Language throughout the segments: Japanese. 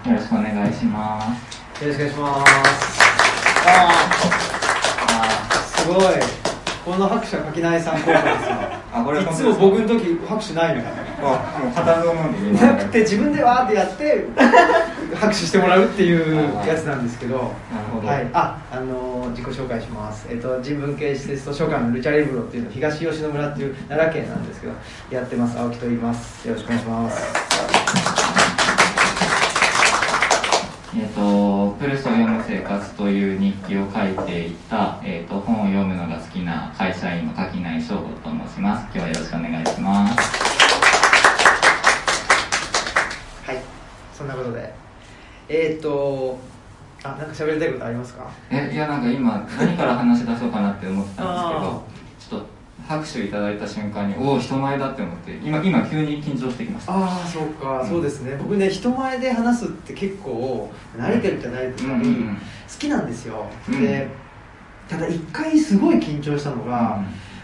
よろしくお願いします。 よろしくお願いします。すごい。この拍手は垣内さん効果ですよ。 これいつも僕の時拍手ないのかもう固唾を飲んでなくて自分でわーってやって拍手してもらうっていうやつなんですけど。なるほど。はい。自己紹介します。人文系施設図書館のルチャリブロっていうの東吉野村っていう奈良県なんですけどやってます。青木と言います。よろしくお願いします。 プルストを読む生活という日記を書いていた、本を読むのが好きな会社員の垣内翔吾と申します。今日はよろしくお願いします。 はい、そんなことでなんか喋りたいことありますか？ いや、なんか今何から話し出そうかなって思ってたんですけどちょっと拍手いただいた瞬間におお人前だって思って今急に緊張してきました。 そうか、そうですね。僕ね人前で話すって結構慣れてるじゃないですか、好きなんですよ、でただ一回すごい緊張したのが、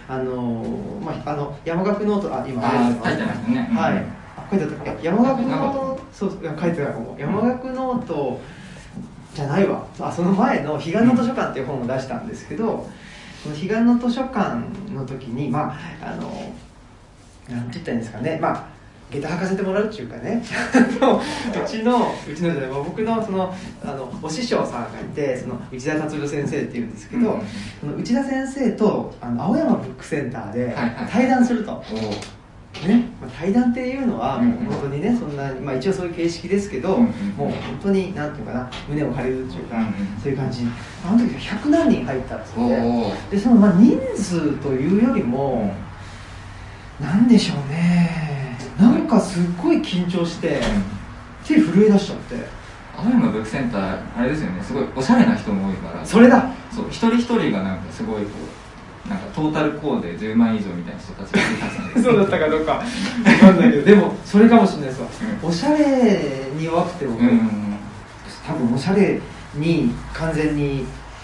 山岳ノート今書いてましたね。 はい、書いてあったっけ？山岳ノート、そう書いてないかも。山岳ノートじゃないわ。その前の彼岸の図書館っていう本を出したんですけど、その彼岸の図書館の時になんて言ったらいいんですかね、下駄履かせてもらうっていうかねうちのじゃない、僕のお師匠さんがいて、その内田達郎先生っていうんですけど、その内田先生と青山ブックセンターで対談すると。対談っていうのはもう本当にね、そんなに、一応そういう形式ですけど、もう本当になんていうかな、胸を借りるっていうか、そういう感じ。あの時100何人入ったんですよね。でその人数というよりもなんでしょうね、なんかすっごい緊張して手震え出しちゃって。 青山ブックセンターあれですよね、すごいおしゃれな人も多いから。 それだ。 そう、一人一人がなんかすごいなんかトータルコーデ10万以上みたいな人たちがいたんですそうだったかどうか分かんないけどでもそれかもしれないですわ、おしゃれに弱くて僕、多分おしゃれに完全に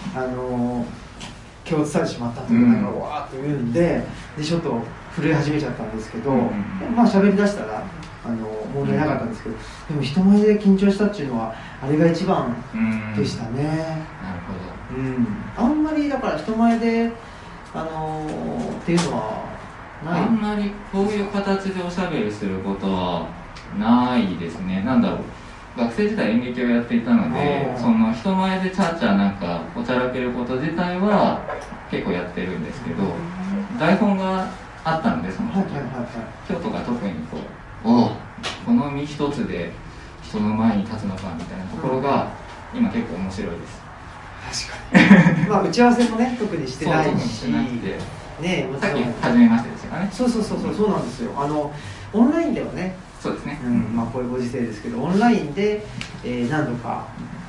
気を伝えてしまったというのがわーっと言うんでちょっと震え始めちゃったんですけど、喋りだしたら問題なかったんですけど、でも人前で緊張したっていうのはあれが一番でしたね。なるほど。あんまりだから人前でっていうのはない。 あんまりこういう形でおしゃべりすることはないですね。なんだろう、学生時代演劇をやっていたので、その人前でチャーチャーなんかおちゃらけること自体は結構やってるんですけど、台本があったので、その時京都が特にこの身一つで人の前に立つのかみたいなところが今結構面白いです。 確かに打ち合わせもね特にしてないしね、さっき初めましてですよね。 そうなんですよ。オンラインではね、 そうですね、 こういうご時世ですけどオンラインで、何度か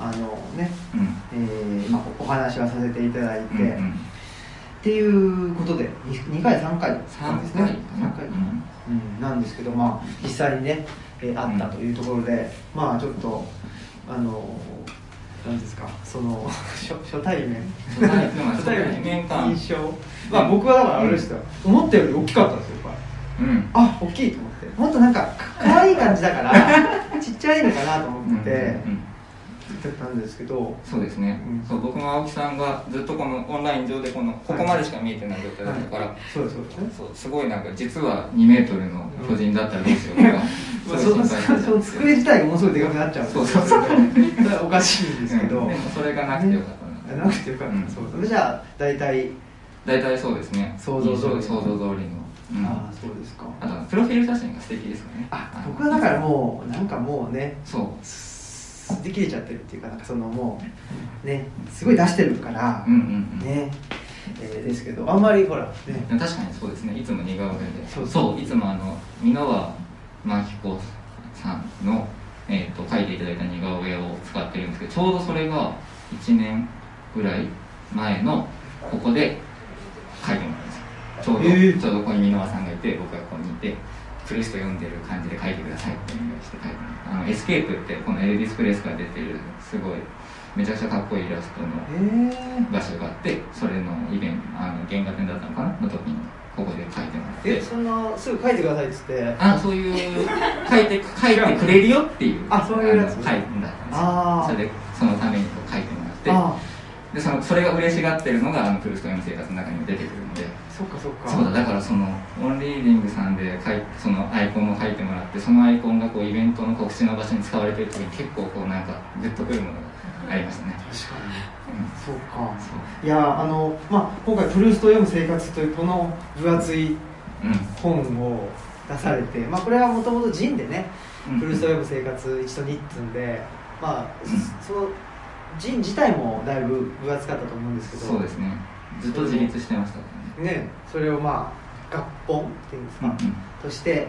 お話はさせていただいて、っていうことで2回3回ですね。3回なんですけど、実際にね会ったというところで、ちょっとなんですか、その初対面印象、僕はだからあれですよ、思ったより大きかったんですよ、大きいと思って、もっとなんか可愛い感じだからちっちゃいのかなと思って言ってたんですけど、 そうですね、そう僕も青木さんがずっとこのオンライン上でここまでしか見えてない状態だったから、すごいなんか実は2メートルの巨人だったらどうしようとかその机自体がものすごいでかくなっちゃうんですけど、それはおかしいんですけど、 でもそれがなくてよかったなくてよかった。それじゃあ大体そうですね、 想像通りの。 そうですか。あとプロフィール写真が素敵ですよね。 僕はだからもうなんかもうね、できれちゃってるっていうか、なんかそのもうねすごい出してるからね、ですけどあんまりほらね。 確かにそうですね。いつも似顔絵で、そういつも箕輪真紀子さんの描いていただいた似顔絵を使ってるんですけど、ちょうどそれが1年ぐらい前のここで描いてもらうんですよ。ちょうどここに箕輪さんがいて、僕がここにいて、プルスト読んでる感じで描いてくださいってお願いして描いて、エスケープってこのエルディス・プレスから出てるすごいめちゃくちゃかっこいいイラストの場所があって、それのイベント原画展だったのかなの時にここで書いてもらって、 そんなすぐ書いてくださいっつって、 そういう書いてくれるよっていうそういうやつ書いてんだったんですよ。それでそのためにこう書いてもらって、でそれが嬉しがってるのがプルースト読む生活の中にも出てくるので、 そっかそうだからそのオンリーディングさんでそのアイコンを書いてもらって、そのアイコンがこうイベントの告知の場所に使われてる時に結構こうなんかグッとくるものがありましたね。 確かに、そうか。いや今回プルースト読む生活というこの分厚い本を出されて、これはもともとジンでね、プルースト読む生活1と2っつうんで、そのジン自体もだいぶ分厚かったと思うんですけど、 そうですね、ずっと自立してましたね。それを合本っていうんですか、として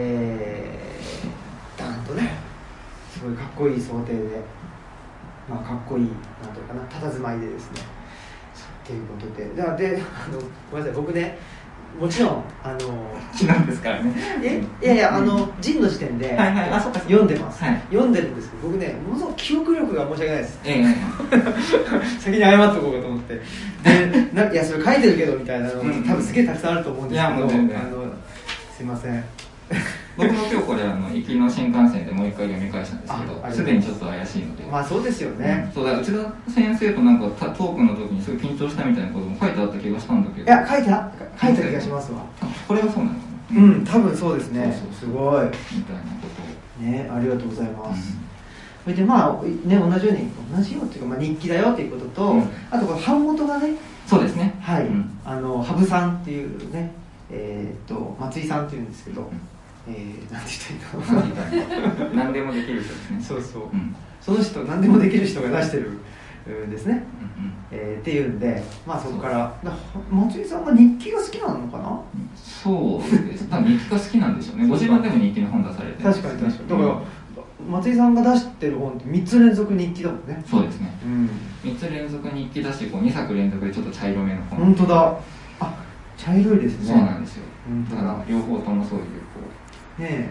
ダンとね、すごいかっこいい想定で、かっこいいなんていうかな、佇まいでですねっていうことで、ごめんなさい、僕ね、もちろんなんですからね。 いやジンの時点で読んでます、読んでるんですけど、僕ね、ものすごく記憶力が申し訳ないです、先に謝っとこうかと思って、でいやそれ書いてるけどみたいなの多分すげえたくさんあると思うんですけど、すいません。 僕も今日これ行きの新幹線でもう一回読み返したんですけど、すでにちょっと怪しいので、 そうですよね、 そうだ、内田先生となんかトークの時にすごい緊張したみたいなことも書いてあった気がしたんだけど、 いや書いた気がしますわ。 これはそうなの？ 多分そうですね。すごいみたいなことね、ありがとうございます。それで同じようっていうか、日記だよっていうことと、あと版元がね、 そうですね、 はい、羽生さんっていうね、松井さんっていうんですけど、なんて言ったらいいの？ 何でもできる人ですね。 そう、その人、何でもできる人が出してるんですね、っていうんで、そこから松井さんが日記が好きなのかな。 そうです、多分日記が好きなんでしょうね。ご自分でも日記の本出されてるんですね。 確かにだから松井さんが出してる本って3つ連続日記だもんね。 そうですね、3つ連続日記だし、2作連続でちょっと茶色めの本。 本当だ、茶色いですね。 そうなんですよ。だから両方ともそういうね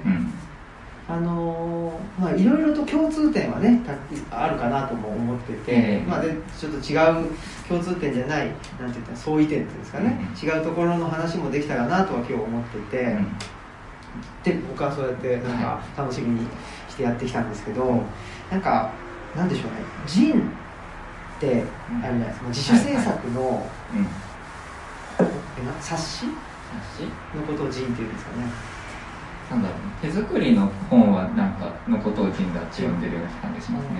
え、いろいろと共通点はねあるかなとも思ってて、でちょっと違う共通点じゃない、なんて言ったら相違点っていうんですかね、違うところの話もできたらなとは今日思ってて、で僕はそうやって楽しみにしてやってきたんですけど、なんでしょうね、ジンってあるじゃないですか、自主制作の冊子のことをジンっていうんですかね。 手作りの本はのことをジンだって呼んでるような感じしますね。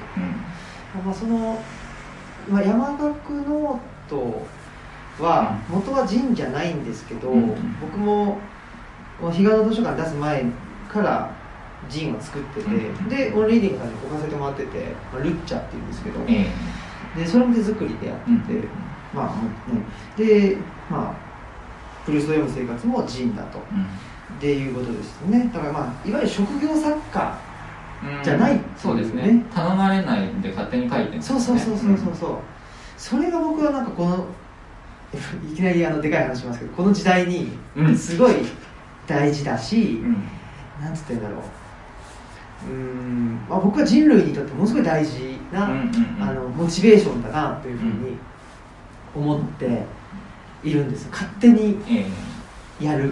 山岳ノートは元はジンじゃないんですけど、僕も彼岸の図書館出す前からジンを作ってて、でオンリーディングさんに置かせてもらってて、ルッチャっていうんですけど、でそれも手作りでやってて、でプルースト読む生活もジンだと。っていうことですよね。だからいわゆる職業作家じゃないっていうね。 そうですね。頼まれないんで勝手に書いてるんですね。 そう。それが僕はこのいきなりでかい話しますけど、この時代にすごい大事だし、なんつってんだろう。僕は人類にとってものすごい大事なモチベーションだなというふうに思っているんです。勝手にやる。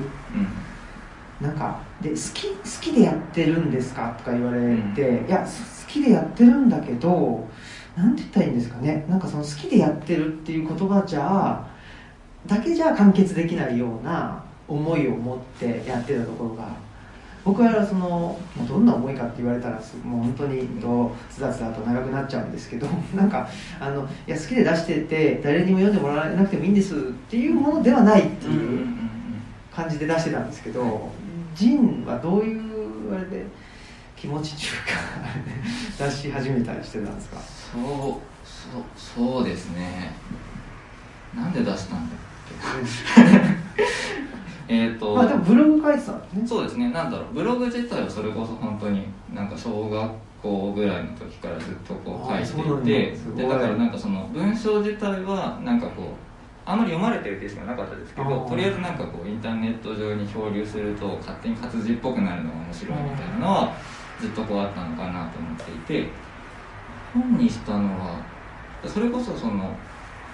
で好きでやってるんですかとか言われて、いや好きでやってるんだけど、なんて言ったらいいんですかね、その好きでやってるっていう言葉だけじゃ完結できないような思いを持ってやってたところが、僕はどんな思いかって言われたらもう本当につだつだと長くなっちゃうんですけど、いや好きで出してて誰にも読んでもらえなくてもいいんですっていうものではないっていう感じで出してたんですけど、ジンはどういうあれで気持ち中か出し始めたりしてたんですか？ そうですね。なんで出したんだっけ。でもブログ書いてたんですね。 そうですね。ブログ自体はそれこそ本当に小学校ぐらいの時からずっと書いていて、だからその文章自体はあんまり読まれてるケースがなかったですけど、とりあえずインターネット上に漂流すると勝手に活字っぽくなるのが面白いみたいなのはずっとあったのかなと思っていて、本にしたのはそれこそ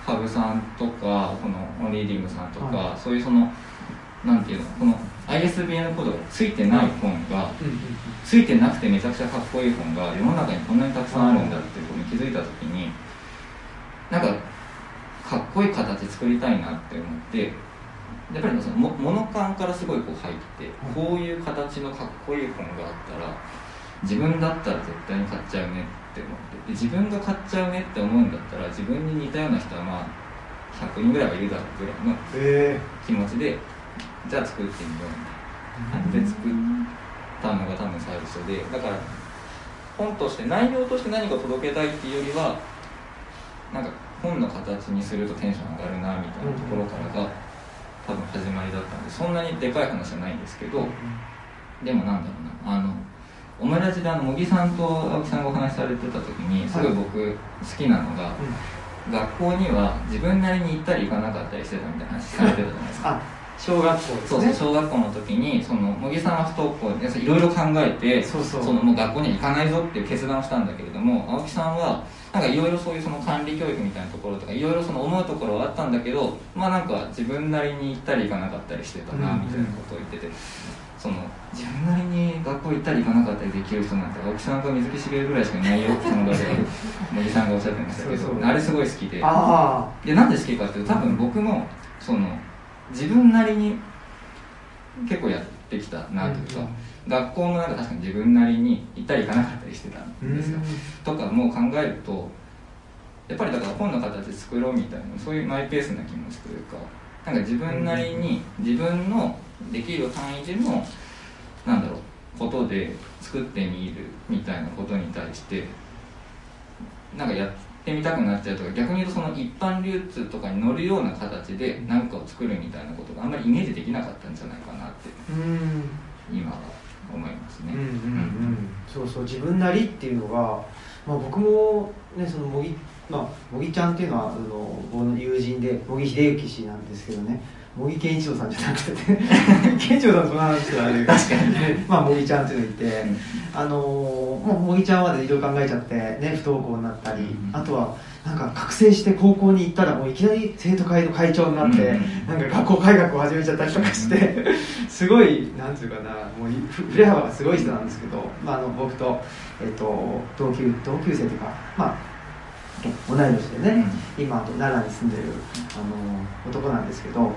羽生さんとかこのオンリーディングさんとか、そういうそのなんていうの、この ISBN コードがついてない本が、ついてなくてめちゃくちゃかっこいい本が世の中にこんなにたくさんあるんだっていうことに気づいたときに、なんかかっこいい形作りたいなって思って、やっぱりその物感からすごいこう入って、こういう形のかっこいい本があったら自分だったら絶対に買っちゃうねって思って、で自分が買っちゃうねって思うんだったら自分に似たような人はまあ100人ぐらいはいるだろうぐらいの気持ちで、じゃあ作ってみようみたいな感じで作ったのが多分最初で、だから本として内容として何か届けたいっていうよりは、なんか本の形にするとテンション上がるなみたいなところからが多分始まりだったんで、そんなにでかい話じゃないんですけど、でもなんだろうな、オムラジで茂木さんと青木さんがお話しされてた時にすごい僕好きなのが、学校には自分なりに行ったり行かなかったりしてたみたいな話されてたじゃないですか。 小学校ですね。 そうそう、小学校の時にその茂木さんは不登校でいろいろ考えて、そのもう学校には行かないぞっていう決断をしたんだけれども、青木さんはなんかいろいろそういうその管理教育みたいなところとかいろいろその思うところはあったんだけど、まあなんか自分なりに行ったり行かなかったりしてたなみたいなことを言ってて、その自分なりに学校行ったり行かなかったりできる人なんて青木さんか水木しげるぐらいしかいないよってその場で茂木さんがおっしゃってましたけど、あれすごい好きで、でなんで好きかっていうと、多分僕もその自分なりに結構やってきたなというか、学校もなんか確かに自分なりに行ったり行かなかったりしてたんですよとかも考えると、やっぱりだから本の形で作ろうみたいな、そういうマイペースな気持ちというか、なんか自分なりに自分のできる範囲でのなんだろうことで作ってみるみたいなことに対してなんかやってみたくなっちゃうとか、逆に言うとその一般流通とかに乗るような形で何かを作るみたいなことがあんまりイメージできなかったんじゃないかなって今は思いますね。 そうそう、自分なりっていうのが、まあ、僕もね、その茂木ちゃんっていうのは僕の友人で茂木秀幸氏なんですけどね、茂木健一郎さんじゃなくてね健一郎さんその話したらあれ確かにね、まあ茂木ちゃんっていうのがいて、もう茂木ちゃんまでいろいろ考えちゃってね、不登校になったり、あとはなんか覚醒して高校に行ったらもういきなり生徒会の会長になって、なんか学校改革を始めちゃったりとかしてすごいなんていうかな、もう振れ幅がすごい人なんですけど、まあ、僕と、同級生というか、まあ同い年でね、今奈良に住んでる男なんですけど、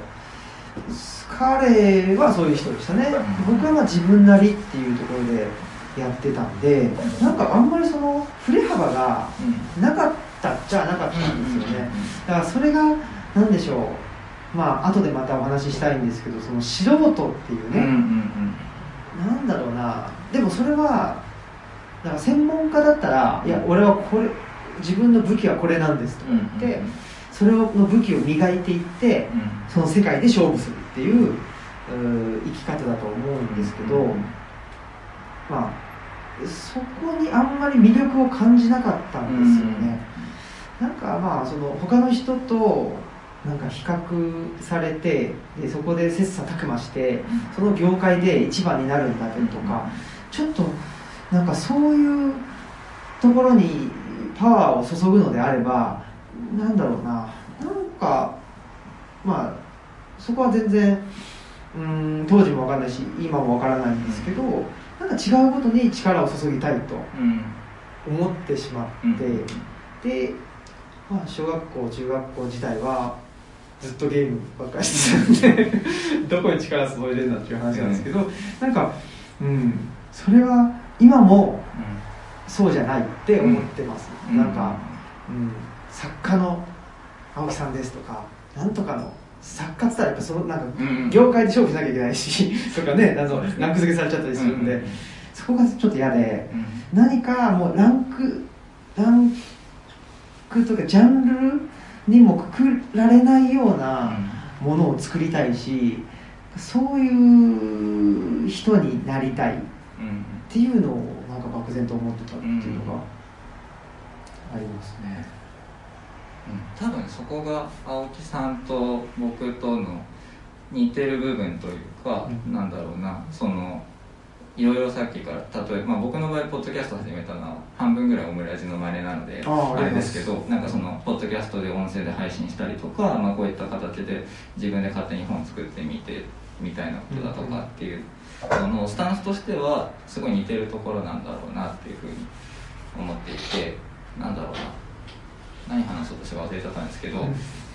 彼はそういう人でしたね。僕はまあ自分なりっていうところでやってたんで、なんかあんまりその振れ幅がなかったっちゃなかったんですよね。だからそれが何でしょう、まあ後でまたお話ししたいんですけど、その素人っていうね、なんだろうな、でもそれはなんか専門家だったら、いや俺はこれ自分の武器はこれなんですとか言って、それの武器を磨いていって、その世界で勝負するっていう生き方だと思うんですけど、まあそこにあんまり魅力を感じなかったんですよね。なんかまあその他の人となんか比較されて、でそこで切磋琢磨してその業界で一番になるんだとか、ちょっとなんかそういうところにパワーを注ぐのであれば、なんだろうな、なんかまあそこは全然当時も分かんないし今も分からないんですけど、なんか違うことに力を注ぎたいと思ってしまって、で、まあ、小学校中学校時代はずっとゲームばっかりしてたんでどこに力注いでるんだっていう話なんですけど、なんか、それは今もそうじゃないって思ってます。なんか、作家の青木さんですとか、なんとかの作家って言ったらやっぱそのなんか業界で勝負しなきゃいけないしとかね、ランク付けされちゃったりするんで、そこがちょっと嫌で、何かもうランクとかジャンルにもくくられないようなものを作りたいし、そういう人になりたいっていうのをなんか漠然と思ってたっていうのがありますね。 多分そこが青木さんと僕との似てる部分というか、なんだろうな、そのいろいろさっきから例えば、僕の場合ポッドキャスト始めたのは半分ぐらいオムラジの真似なのであれですけど、なんかそのポッドキャストで音声で配信したりとか、こういった形で自分で勝手に本作ってみてみたいなことだとかっていうのスタンスとしてはすごい似てるところなんだろうなっていうふうに思っていて、なんだろうな、何話そうとして忘れちゃったんですけど、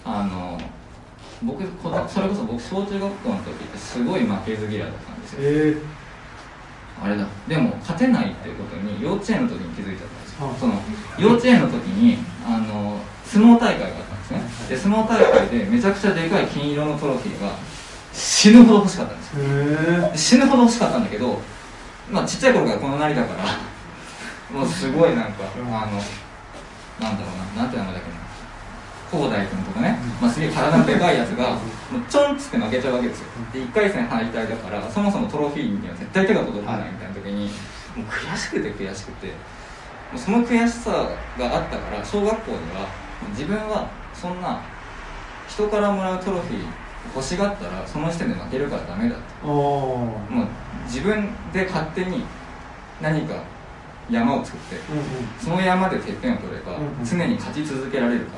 それこそ僕小中学校の時ってすごい負けず嫌いだったんですよ。あれだ、でも勝てないっていうことに幼稚園の時に気づいちゃったんですよ。その幼稚園の時に相撲大会があったんですね。で相撲大会でめちゃくちゃでかい金色のトロフィーが死ぬほど欲しかったんですよ。死ぬほど欲しかったんだけど、ちっちゃい頃からこのなりだからもうすごいなんかなんだろうな、なんて名前だっけな、広大君とかね、すげえ体のでかいやつがもうちょんつって負けちゃうわけですよ。で1回戦敗退だからそもそもトロフィーには絶対手が届かないみたいな時にもう悔しくてもうその悔しさがあったから小学校には自分はそんな人からもらうトロフィー欲しがったらその時点で負けるからダメだと、もう自分で勝手に何か山を作って、その山でてっぺんを取れば、常に勝ち続けられるから、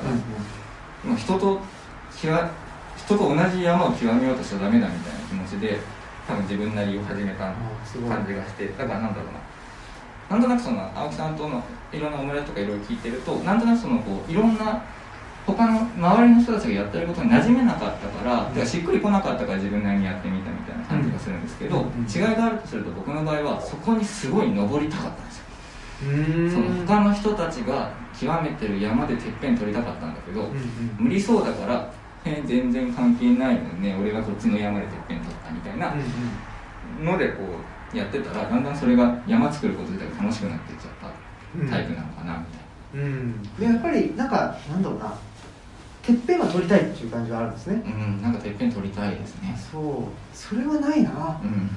もう人と同じ山を極めようとしちゃダメだみたいな気持ちで多分自分なりを始めた感じがして、だからなんだろうな、なんとなくその青木さんとのいろんなオムライスとかいろいろ聞いてると、なんとなくそのいろんな他の周りの人たちがやってることに馴染めなかったから、てかしっくりこなかったから自分なりにやってみたみたいな感じがするんですけど、違いがあるとすると僕の場合はそこにすごい登りたかったんですよ。その他の人たちが極めてる山でてっぺん取りたかったんだけど、無理そうだから全然関係ないのにね、俺がこっちの山でてっぺん取ったみたいなのでこうやってたら、だんだんそれが山作ること自体が楽しくなっていっちゃったタイプなのかなみたいな。 でやっぱりなんだろうな、てっぺんは取りたいっていう感じはあるんですね。 なんかてっぺん取りたいですね。 それはないな。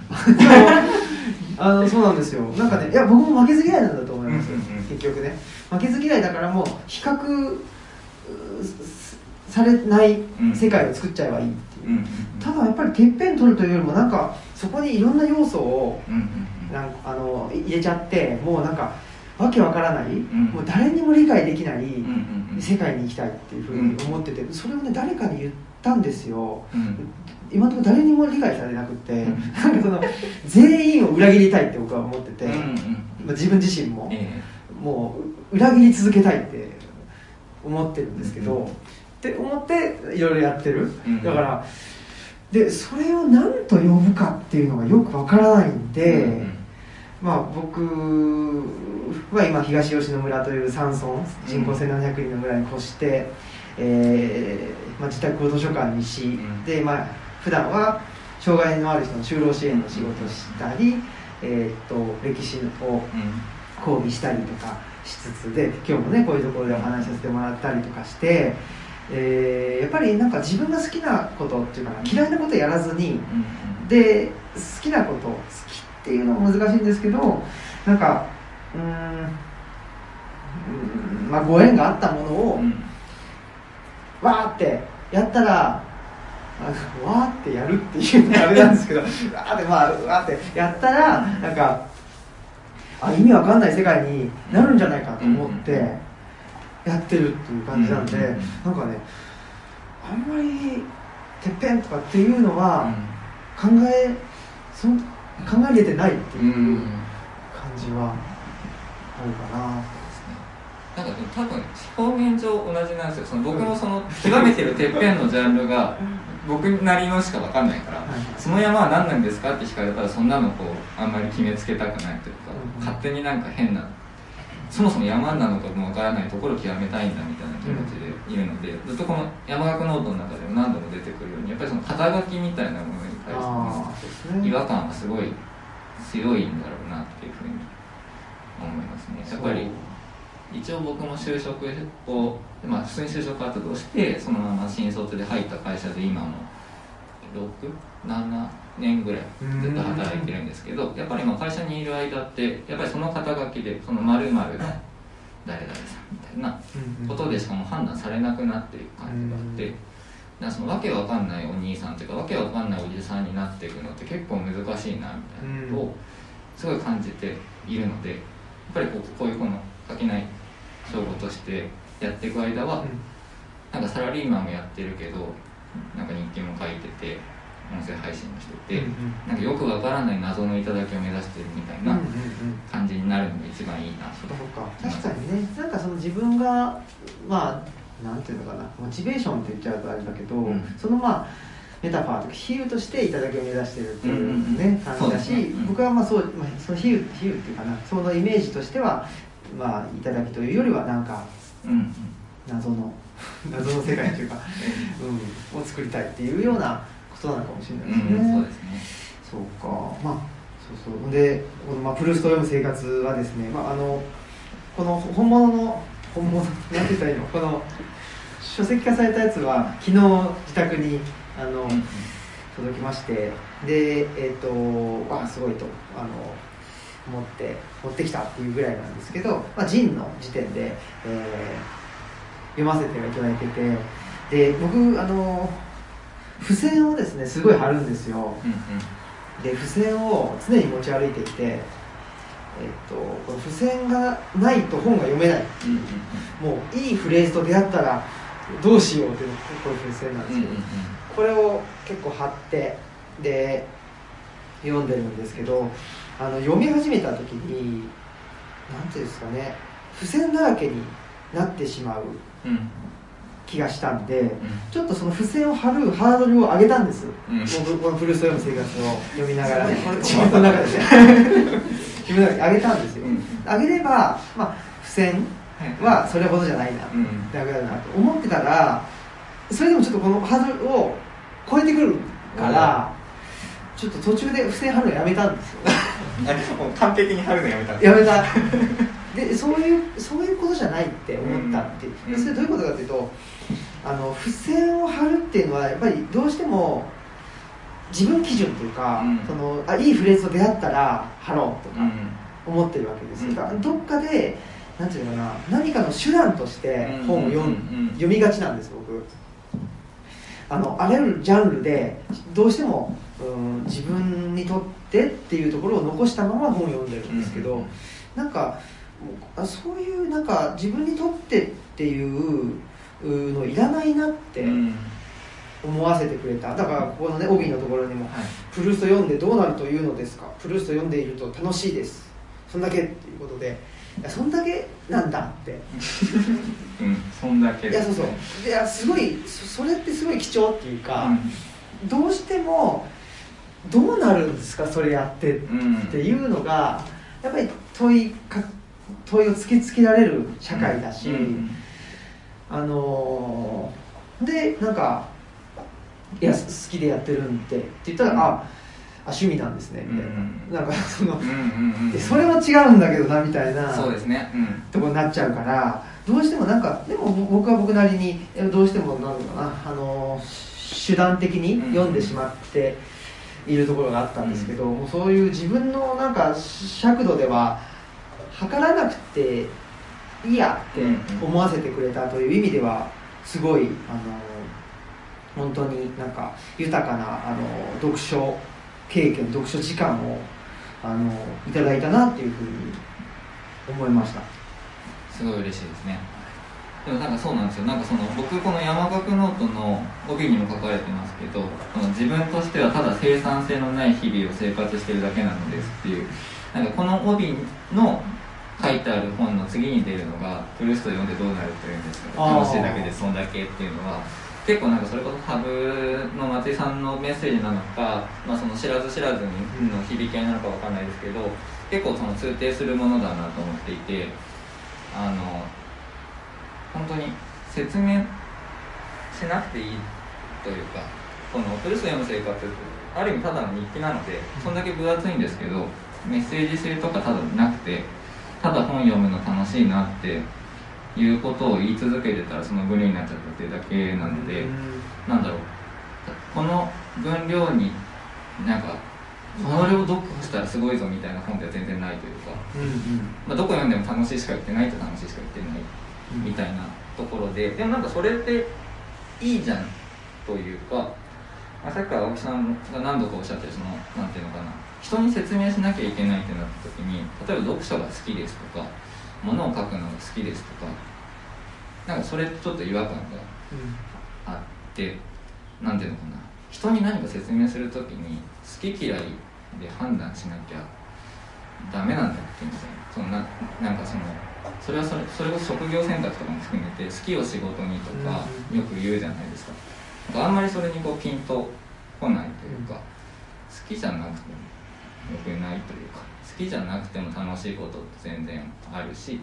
そうなんですよ。なんかね、いや僕も負けず嫌いなんだと思います。結局ね、負けず嫌いだからもう比較されない世界を作っちゃえばいいっていう。ただやっぱりてっぺん取るというよりもなんかそこにいろんな要素を入れちゃって、もうなんかわけわからない、もう誰にも理解できない世界に行きたいっていうふうに思ってて、それをね誰かに言ったんですよ。今のところ誰にも理解されなくて、なんかその全員を裏切りたいって僕は思ってて、自分自身も、もう裏切り続けたいって思ってるんですけど、って思っていろいろやってる。だからでそれを何と呼ぶかっていうのがよくわからないんで、僕は今東吉野村という山村、人口1700人の村に越して、自宅を図書館にし、で普段は障害のある人の就労支援の仕事をしたり、歴史を講義したりとかしつつで、今日もねこういうところでお話しさせてもらったりとかして、やっぱりなんか自分が好きなことっていうかな、嫌いなことをやらずに、で好きなこと好きっていうのも難しいんですけど、なんかご縁があったものをわーってやったら、わーってやるっていうのはあれなんですけどわーってやったらなんか意味わかんない世界になるんじゃないかと思ってやってるっていう感じなんで、なんかね、あんまりてっぺんとかっていうのは考えれてないっていう感じはあるかな。 なんか多分表現上同じなんですよ。僕もその極めてるてっぺんのジャンルが僕なりのしか分かんないから、その山は何なんですかって聞かれたらそんなのあんまり決めつけたくないというか、勝手になんか変な、そもそも山なのかも分からないところを極めたいんだみたいな気持ちでいるので、ずっとこの山岳ノートの中でも何度も出てくるように、やっぱりその肩書きみたいなものに対しての違和感がすごい強いんだろうなっていうふうに思いますね。やっぱり一応僕も就職を、普通に就職活動してそのまま新卒で入った会社で今も7年ぐらいずっと働いてるんですけど、やっぱり会社にいる間ってやっぱりその肩書きでその〇〇の誰々さんみたいなことでしかも判断されなくなっていく感じがあって、だからそのわけわかんないお兄さんというかわけわかんないおじさんになっていくのって結構難しいなみたいなことをすごい感じているので、やっぱりこういうこの垣内省吾としてやっていく間は、なんかサラリーマンもやってるけどなんか日記も書いてて音声配信もしてて、なんかよくわからない謎の頂を目指してるみたいな感じになるのが一番いいなと。 そうか、確かにね、なんかその自分がまあなんていうのかな、モチベーションって言っちゃうとあれだけど、そのまあメタファーとか比喩として頂を目指してるっていうね、感じだし、僕はまあそう、その比喩っていうかな、そのイメージとしてはまあ頂というよりはなんか謎の世界というか、を作りたいっていうようなことなのかもしれないですね。 そうですね。 そうか、まあそうで、プルーストを読む生活はですね、この本物なんて言ったらいいの、この書籍化されたやつは昨日自宅に届きまして、ですごいと持ってきたっていうぐらいなんですけど、ジンの時点で、読ませていただいてて、で僕付箋をですねすごい貼るんですよ。で付箋を常に持ち歩いてきて、この付箋がないと本が読めないっていう、もういいフレーズと出会ったらどうしようっていうこういう付箋なんですけど、これを結構貼ってで読んでるんですけど、読み始めた時に何ていうんですかね、付箋だらけになってしまう気がしたんで、ちょっとその付箋を貼るハードルを上げたんです、このプルーストを読む生活を読みながらね、自分の中でね読みながら上げたんですよ。上げれば、付箋はそれほどじゃないな、だけだなと思ってたら、それでもちょっとこのハードルを超えてくるから、ちょっと途中で付箋貼るのやめたんですよもう完璧に貼るのやめたんですやめたでそういうことじゃないって思ったっていう、それどういうことかというと、付箋を貼るっていうのはやっぱりどうしても自分基準というか、いいフレーズと出会ったら貼ろうとか思ってるわけですよ。どっかでなんていうのかな、何かの手段として本を読みがちなんです僕。あらゆるジャンルでどうしても自分にとってっていうところを残したまま本を読んでるんですけど、なんかそういうなんか自分にとってっていうのいらないなって思わせてくれた。だからここのね帯のところにも、プルースト読んでどうなるというのですか、プルースト読んでいると楽しいです、そんだけっていうことで、そんだけなんだってそんだけ、 いやいやすごいそれってすごい貴重っていうか、どうしてもどうなるんですかそれやってっていうのがやっぱり問いを突きつけられる社会だし、でなんかいや好きでやってるんって言ったら、趣味なんですねみたいな、なんかそれは違うんだけどなみたいなそうですね、 とこになっちゃうから、どうしてもなんかでも僕は僕なりにどうしてもなんだろうな、手段的に読んでしまっているところがあったんですけど、もうそういう自分のなんか尺度では測らなくていいやって思わせてくれたという意味ではすごい本当になんか豊かな読書経験、読書時間をいただいたなっていうふうに思いました。 すごい嬉しいですね。でもなんかそうなんですよ。なんか僕この山岳ノートの帯にも書かれてますけど、自分としてはただ生産性のない日々を生活してるだけなのですっていう、なんかこの帯の書いてある本の次に出るのがプルースト読んでどうなるというんですか、楽しいだけでそんだけっていうのは結構なんかそれこそ羽生の松井さんのメッセージなのか、その知らず知らずにの響き合いなのかわかんないですけど、結構通底するものだなと思っていて、本当に説明しなくていいというか、このプルースト読む生活ある意味ただの日記なので、そんだけ分厚いんですけどメッセージ性とかただなくて、ただ本読むの楽しいなっていうことを言い続けてたらその分量になっちゃったっていうだけなので、なんだろう、この分量になんかこれを読破したらすごいぞみたいな本では全然ないというか、どこ読んでも楽しいしか言ってないと楽しいしか言ってないみたいなところで、でもなんかそれっていいじゃんというか、さっきから青木さんが何度かおっしゃってるなんていうのかな、 人に説明しなきゃいけないってなった時に、例えば読書が好きですとか物を書くのが好きですとか、なんかそれちょっと違和感があって、なんていうのかな、人に何か説明するときに好き嫌いで判断しなきゃダメなんだっていうみたいな、それはそれこそ職業選択とかも含めて好きを仕事にとかよく言うじゃないですか。なんかあんまりそれにこうピンとこないというか、好きじゃなくてもよくないというか、好きじゃなくても楽しいことって全然あるし、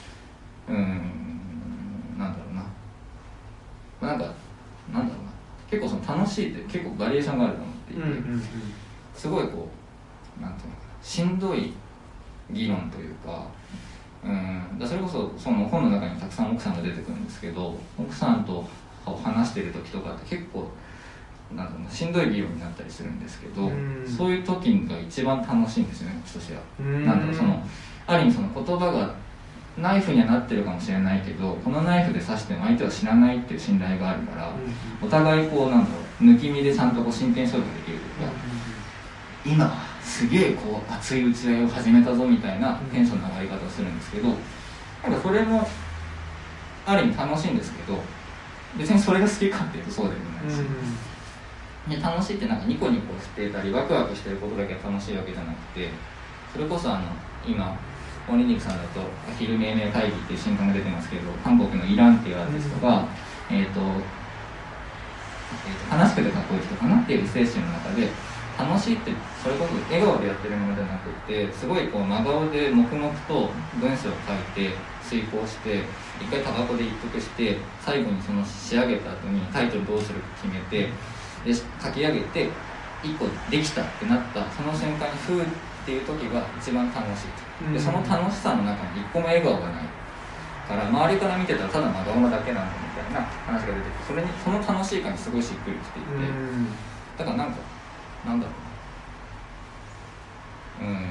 なんだろうな、なんだろうな、結構その楽しいって結構バリエーションがあると思っていて、すごいこうなんていうのかな、しんどい議論というか、それこそその本の中にたくさん奥さんが出てくるんですけど、奥さんと話してる時とかって結構なんだろうな、しんどい議論になったりするんですけど、そういう時が一番楽しいんですよね、私としては。なんだろう、そのある意味その言葉がナイフにはなってるかもしれないけど、このナイフで刺しても相手は死なないっていう信頼があるから、お互いこうなんだろう、抜き身でちゃんとこう進展処理ができるというか、今はすげえこう熱い打ち合いを始めたぞみたいなテンションの上がり方をするんですけど、なんかそれもある意味楽しいんですけど、別にそれが好きかっていうとそうでもないし、で楽しいってなんかニコニコしてたりワクワクしてることだけが楽しいわけじゃなくて、それこそ今オニニクさんだとアヒル命名会議っていう新刊が出てますけど、韓国のイランっていうアーティストが、悲しくてかっこいい人かなっていうエッセイ集の中で、楽しいってそれこそ笑顔でやってるものじゃなくて、すごいこう真顔で黙々と文章を書いて遂行して、一回タバコで一服して、最後にその仕上げた後にタイトルどうするか決めて、で書き上げて1個できたってなったその瞬間にフーっていう時が一番楽しい。でその楽しさの中に一個も笑顔がないから周りから見てたらただ真顔なだけなんだみたいな話が出てきて、その楽しい感にすごいしっくりきていて、だからなんだろうな、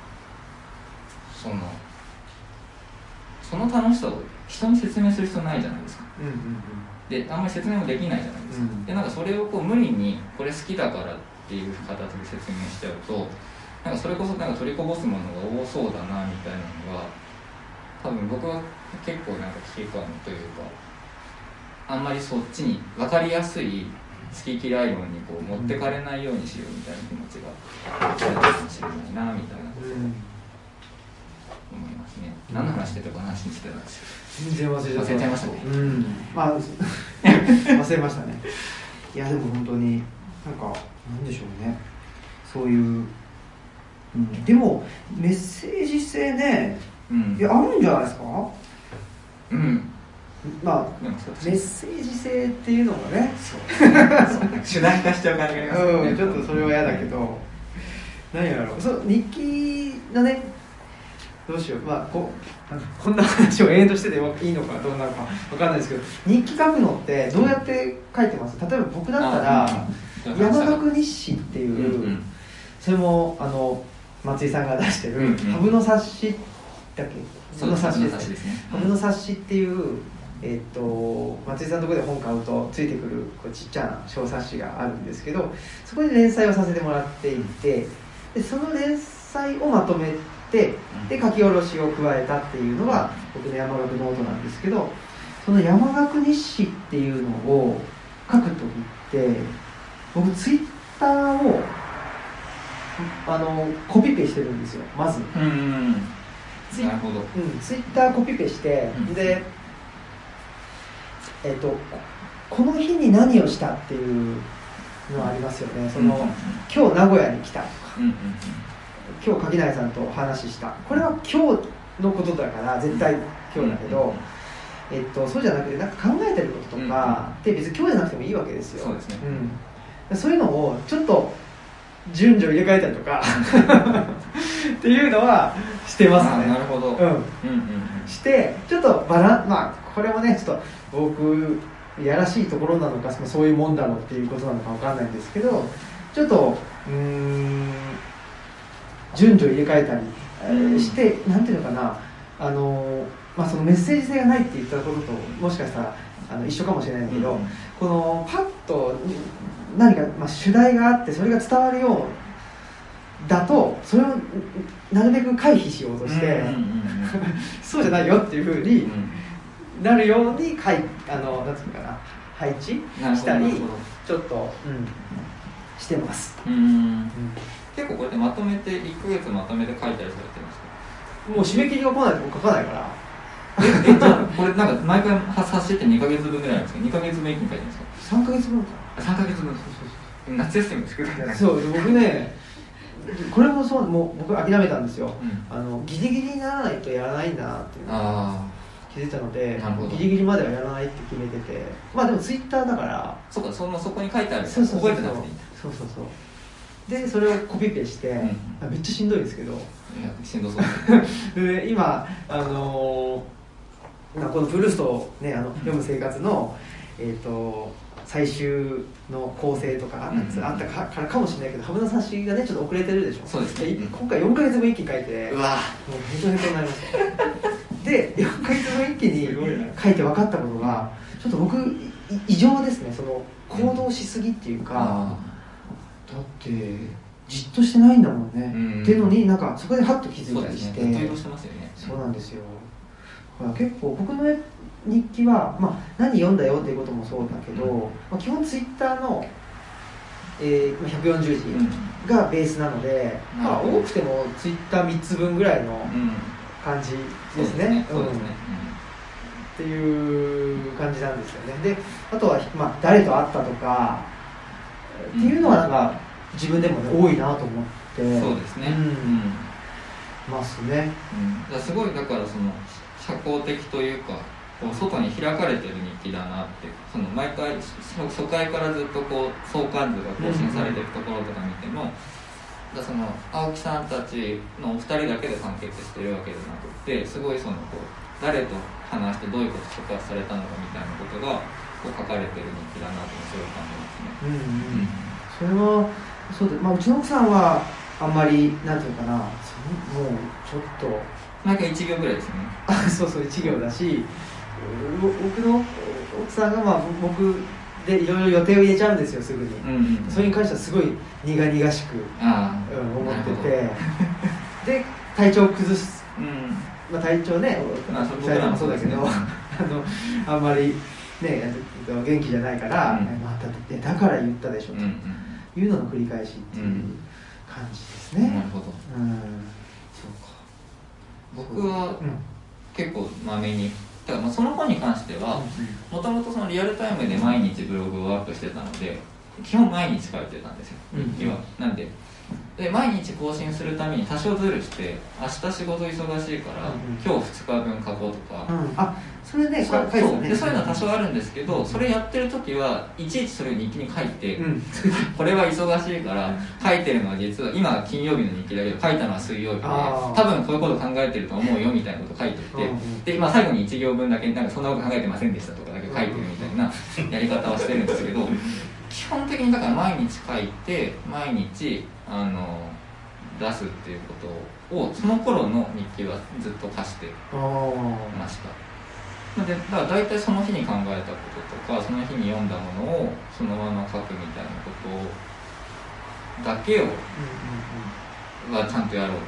その楽しさを人に説明する必要ないじゃないですか。であんまり説明もできないじゃないですか。でなんかそれをこう無理にこれ好きだからっていう形で説明しちゃうと、なんかそれこそなんか取りこぼすものが多そうだなみたいなのが、多分僕は結構なんか危機感というか、あんまりそっちに分かりやすい好き嫌い論にこう持ってかれないようにしようみたいな気持ちがあるかもしれないなみたいなことを思いますね。何の話してたか話してたんですよ。 全然忘れちゃいましたね。 まあ忘れましたね。いやでも本当になんかなんでしょうね、そういう、でもメッセージ性ね、いやあるんじゃないですか。まあメッセージ性っていうのがね、 主題化しちゃう感じがありますよね。 ちょっとそれは嫌だけど、何やろう、日記のね、どうしよう、こんな話を永遠としてていいのかどうなのか分かんないですけど、日記書くのってどうやって書いてます？例えば僕だったら山岳日誌っていう、それも松井さんが出してるハブの冊子だっけ？ハブの冊子ですね。ハブの冊子っていう松井さんのところで本買うとついてくるこうちっちゃな小冊子があるんですけど、そこで連載をさせてもらっていて、でその連載をまとめて、で書き下ろしを加えたっていうのが僕の山岳ノートなんですけど、その山岳日誌っていうのを書くときって僕ツイッターをコピペしてるんですよ、まず。 なるほど。 ツイッターコピペして、でこの日に何をしたっていうのはありますよね。今日名古屋に来たとか、今日垣内さんとお話しした、これは今日のことだから絶対今日だけど、そうじゃなくてなんか考えてることとかって別に今日じゃなくてもいいわけですよ。 そうですね。 そういうのをちょっと順序入れ替えたりとかっていうのはしてますね。 なるほど。 してちょっとこれもねちょっと僕やらしいところなのかそういうもんだろうっていうことなのかわかんないんですけど、ちょっと順序入れ替えたりして、なんていうのかな、そのメッセージ性がないって言ったことともしかしたら一緒かもしれないんだけど、このパッと何か、主題があってそれが伝わるようだとそれをなるべく回避しようとして、そうじゃないよっていうふうになるようになんていうかな、配置したりちょっと、してます。 結構こうやってまとめて1ヶ月まとめて書いたりされてますか？ もう締め切りが来ないと書かないから。 じゃあこれなんか毎回発してて2ヶ月分ぐらいあるんですけど、2ヶ月分一気に書いてるんですか？ 3ヶ月分かな。 3ヶ月分。そう夏休みの宿題じゃない。 そう、僕ね、これもそう、もう僕諦めたんですよ。ギリギリにならないとやらないんだなっていうのを気づいたので、ギリギリまではやらないって決めてて、まあでもツイッターだから、 そうか、そこに書いてある。 覚えてなくていいんだ。そう。でそれをコピペして、めっちゃしんどいですけど。いやしんどそうで今このプルーストを、ね、読む生活の、最終の構成とかあったからかもしれないけど、羽生の冊子がねちょっと遅れてるでしょ。 そうですね。 今回4ヶ月分一気に書いて、 うわもうヘトヘトになりましたで4ヶ月分一気に書いて分かったことが、ちょっと僕異常ですね。その行動しすぎっていうか、だってじっとしてないんだもんね、っていうのになんかそこでハッと気づいたりして、 そうですね、ずっと移動してますよね。 そうなんですよ。結構僕の日記は、何読んだよっていうこともそうだけど、基本ツイッターの、140字がベースなので、多くてもツイッター3つ分ぐらいの感じですね。っていう感じなんですよね。であとは、誰と会ったとかっていうのはなんか自分でも、多いなと思って。 そうですね。 ますね。 すごいだからその社交的というか、こう外に開かれてる日記だなって、その毎回初回からずっとこう相関図が更新されてるところとか見ても、その青木さんたちのお二人だけで完結してるわけじゃなくて、すごいそのこう誰と話してどういうこと触発されたのかみたいなことがこう書かれてる日記だなとすごい感じますね。 それはそうで、うちの奥さんはあんまりなんていうかな、もうちょっと毎回1行ぐらいですね。 そう1行だし、僕の奥さんが僕でいろいろ予定を入れちゃうんですよ、すぐに。それに関してはすごい苦々しく思っててで体調を崩す、体調ね、2人もそうだけどあんまりね元気じゃないから、だから言ったでしょというのの繰り返しっていう感じですね。 なるほど。僕は結構まめに、だからその本に関してはもともとそのリアルタイムで毎日ブログをアップしてたので、基本毎日書いてたんですよ、日記は。なんで毎日更新するために多少ズルして、明日仕事忙しいから、今日2日分書こうとか、 それね、 そういうのは多少あるんですけど、それやってる時はいちいちそれを日記に書いて、これは忙しいから書いてるのは実は今は金曜日の日記だけど書いたのは水曜日で、多分こういうこと考えてると思うよみたいなこと書いてて、で最後に1行分だけなんかそんなこと考えてませんでしたとかだけ書いてるみたいなやり方はしてるんですけど、基本的にだから毎日書いて毎日出すっていうことをその頃の日記はずっと課してました。だから大体その日に考えたこととか、その日に読んだものをそのまま書くみたいなことだけをはちゃんとやろうと思って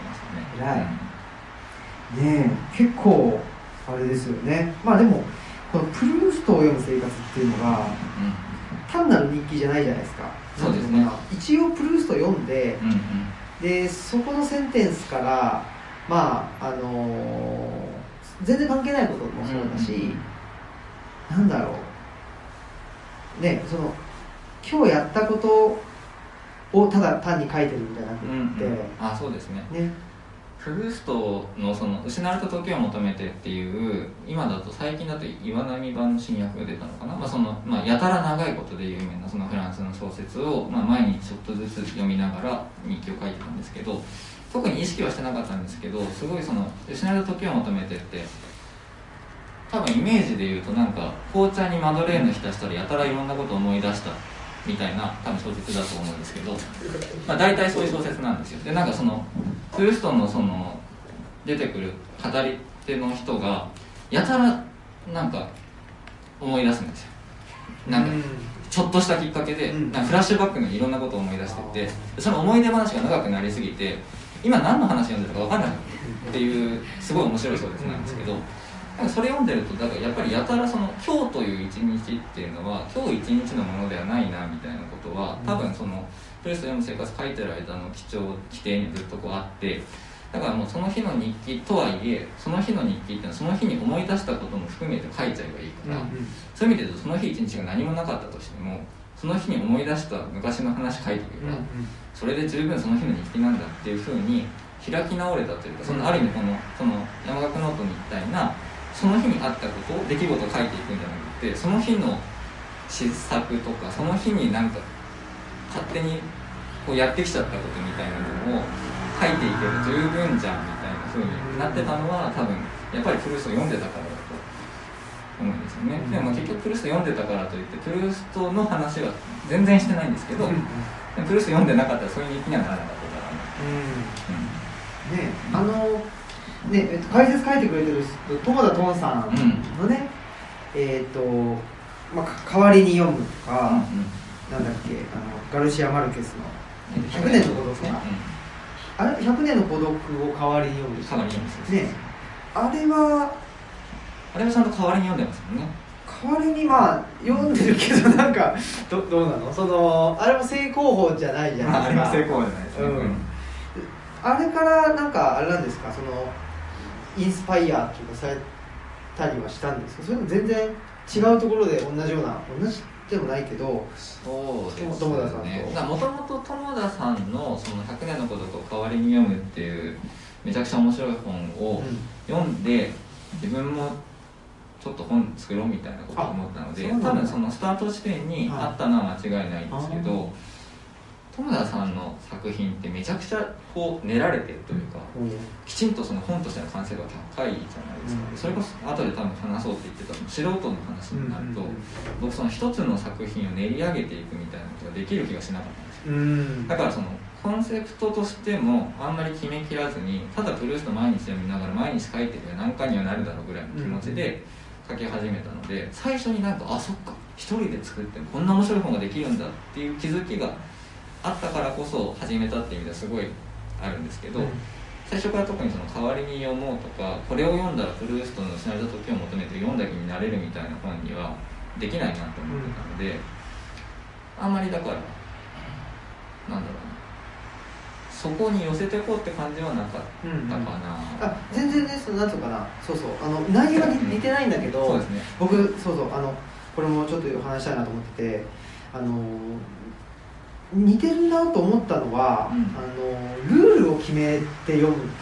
ますね。 ねえ、結構あれですよね。でもこのプルーストを読む生活っていうのが、単なる日記じゃないじゃないですか。 そうですね。 一応プルーストを読んで、でそこのセンテンスから全然関係ないこともそうだし、なんだろうね、その今日やったことをただ単に書いてるんじゃなくて、 そうですね。プルーストのその失われた時を求めてっていう、今だと最近だと岩波版の新訳が出たのかな、やたら長いことで有名なそのフランスの小説を、毎日ちょっとずつ読みながら日記を書いてたんですけど、特に意識はしてなかったんですけど、すごいその失われた時を求めてって多分イメージで言うと、なんか紅茶にマドレーヌ浸したらやたらいろんなことを思い出したみたいな多分小説だと思うんですけど、大体そういう小説なんですよ。でなんかそのプルーストのその出てくる語り手の人がやたらなんか思い出すんですよ。なんかちょっとしたきっかけで、なんかフラッシュバックのいろんなことを思い出してって、その思い出話が長くなりすぎて今何の話読んでたか分かんないっていうすごい面白い小説なんですけど、なんかそれ読んでるとだからやっぱりやたらその今日という一日っていうのは今日一日のものではないなみたいなことは多分そのプレス読む生活書いてる間の規定にずっとこうあって、だからもうその日の日記とはいえその日の日記っていうのはその日に思い出したことも含めて書いちゃえばいいから、そういう意味で言うとその日一日が何もなかったとしてもその日に思い出した昔の話書いておけば、それで十分その日の日記なんだっていうふうに開き直れたというか、そのある意味その山岳ノートみたいなその日にあったこと出来事を書いていくんじゃなくて、その日の失策とかその日になんか勝手にこうやってきちゃったことみたいなのを書いていけば十分じゃんみたいな風になってたのは多分やっぱりプルーストを読んでたからだと思うんですよね。でも結局プルースト読んでたからといってプルーストの話は全然してないんですけど、プルースト読んでなかったらそういう日記にはならなかったからね、解説書いてくれてる友田トンさんのね、代わりに読むとか、なんだっけガルシア・マルケスの100年の孤独かな、あれ100年の孤独を代わりに読む代わりに読むね、あれはちゃんと代わりに読んでますもんね。 代わりに読んでるけどなんかどうなの、あれも正攻法じゃないじゃないですか。 あれも正攻法じゃないですね、 あれからなんかあれなんですか、そのインスパイアというかされたりはしたんですか、それとも全然違うところで同じでもないけど。 そうですね、 友田さんともともと友田さんのその100年の孤独を代わりに読むっていうめちゃくちゃ面白い本を読んで、自分もちょっと本作ろうみたいなことを思ったので、多分そのスタート地点にあったのは間違いないんですけど、友田さんの作品ってめちゃくちゃこう練られてるというか、きちんとその本としての完成度が高いじゃないですか。それこそ後で多分話そうって言ってた素人の話になると、僕その一つの作品を練り上げていくみたいなことができる気がしなかったんですよ。だからそのコンセプトとしてもあんまり決めきらずに、ただプルースト毎日読みながら毎日書いてる何かにはなるだろうぐらいの気持ちで書き始めたので、最初になんかそっか一人で作ってこんな面白い本ができるんだっていう気づきがあったからこそ始めたっていう意味ではすごいあるんですけど、最初から特にその代わりに読もうとか、これを読んだらプルーストの失われた時を求めて読んだ気になれるみたいな本にはできないなと思ってたので、あんまりだからなんだろうな、そこに寄せていこうって感じはなかったかな。 全然ね、なんていうかな、内容は似てないんだけど、 そうですね、 僕これもちょっとお話したいなと思ってて、似てるなと思ったのは、ルールを決めて読むでしょ。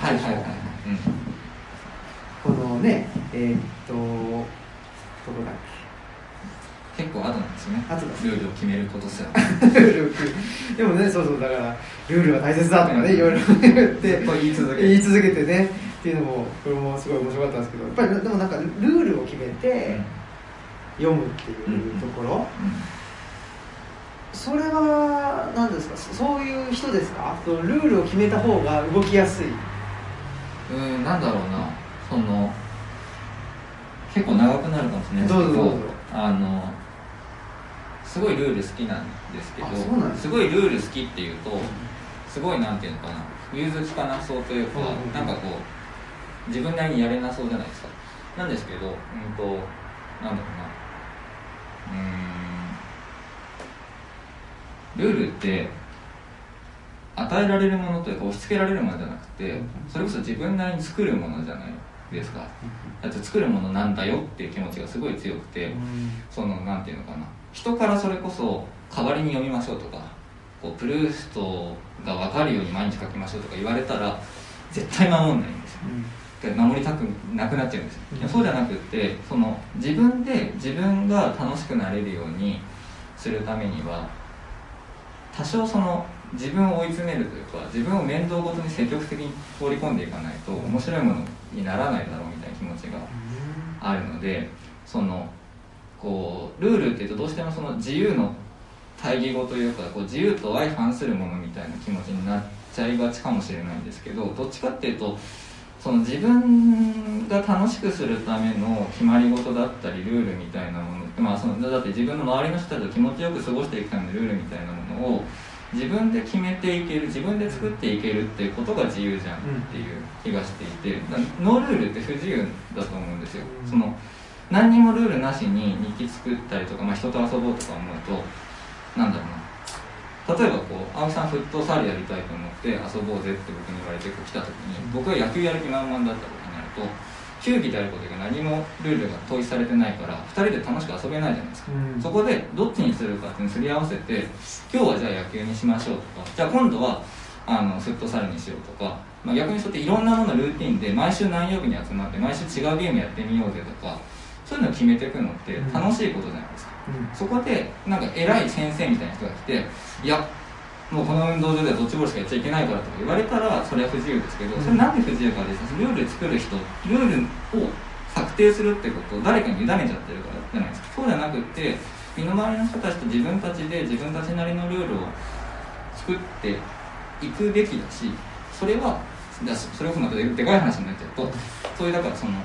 このね、どこだっけ、結構後なんですね。 後だ、 ルールを決めることすらでもね、だからルールは大切だとかね、いろいろ言って言い続けてねっていうのも、これもすごい面白かったんですけど、やっぱりでもなんかルールを決めて読むっていうところ、それは何ですか、そういう人ですか、ルールを決めた方が動きやすい。 なんだろうな、結構長くなるかもしれないですけど、すごいルール好きなんですけど、すごいルール好きっていうと、すごいなんていうのかな、融通きかなそうというか、なんかこう自分なりにやれなそうじゃないですか。なんですけど、なんだろうな、ルールって与えられるものというか押し付けられるものじゃなくて、それこそ自分なりに作るものじゃないですか。だって作るものなんだよっていう気持ちがすごい強くて、なんていうのかな、人からそれこそ代わりに読みましょうとか、プルーストが分かるように毎日書きましょうとか言われたら絶対守んないんですよ、守りたくなくなっちゃうんですよ、そうじゃなくって自分で自分が楽しくなれるようにするためには、多少自分を追い詰めるというか、自分を面倒ごとに積極的に放り込んでいかないと面白いものにならないだろうみたいな気持ちがあるので、ルールっていうとどうしても自由の対義語というか、自由と相反するものみたいな気持ちになっちゃいがちかもしれないんですけど、どっちかっていうとその自分が楽しくするための決まり事だったりルールみたいなものって、だって自分の周りの人たちと気持ちよく過ごしていくためのルールみたいなものを自分で決めていける、自分で作っていけるっていうことが自由じゃんっていう気がしていて、ノールールって不自由だと思うんですよ。その何にもルールなしに日記作ったりとか、人と遊ぼうとか思うと、なんだろうな、例えば青木さんフットサルやりたいと思って遊ぼうぜって僕に言われて来た時に、僕が野球やる気満々だったことになると、球技であることが何もルールが統一されてないから2人で楽しく遊べないじゃないですか、そこでどっちにするかっていうのをすり合わせて、今日はじゃあ野球にしましょうとか、じゃあ今度はフットサルにしようとか、逆にそうやっていろんなものルーティンで毎週何曜日に集まって毎週違うゲームやってみようぜとか、そういうのを決めていくのって楽しいことじゃないですか、そこでなんか偉い先生みたいな人が来て、いやもうこの運動場ではドッジボールしかやっちゃいけないからとか言われたらそれは不自由ですけど、それなんで不自由かですルール作る人、ルールを策定するってことを誰かに委ねちゃってるからじゃないですか。そうじゃなくって身の回りの人たちと自分たちで自分たちなりのルールを作っていくべきだし、それはそれこそまたでかい話になっちゃうと、そういうだからその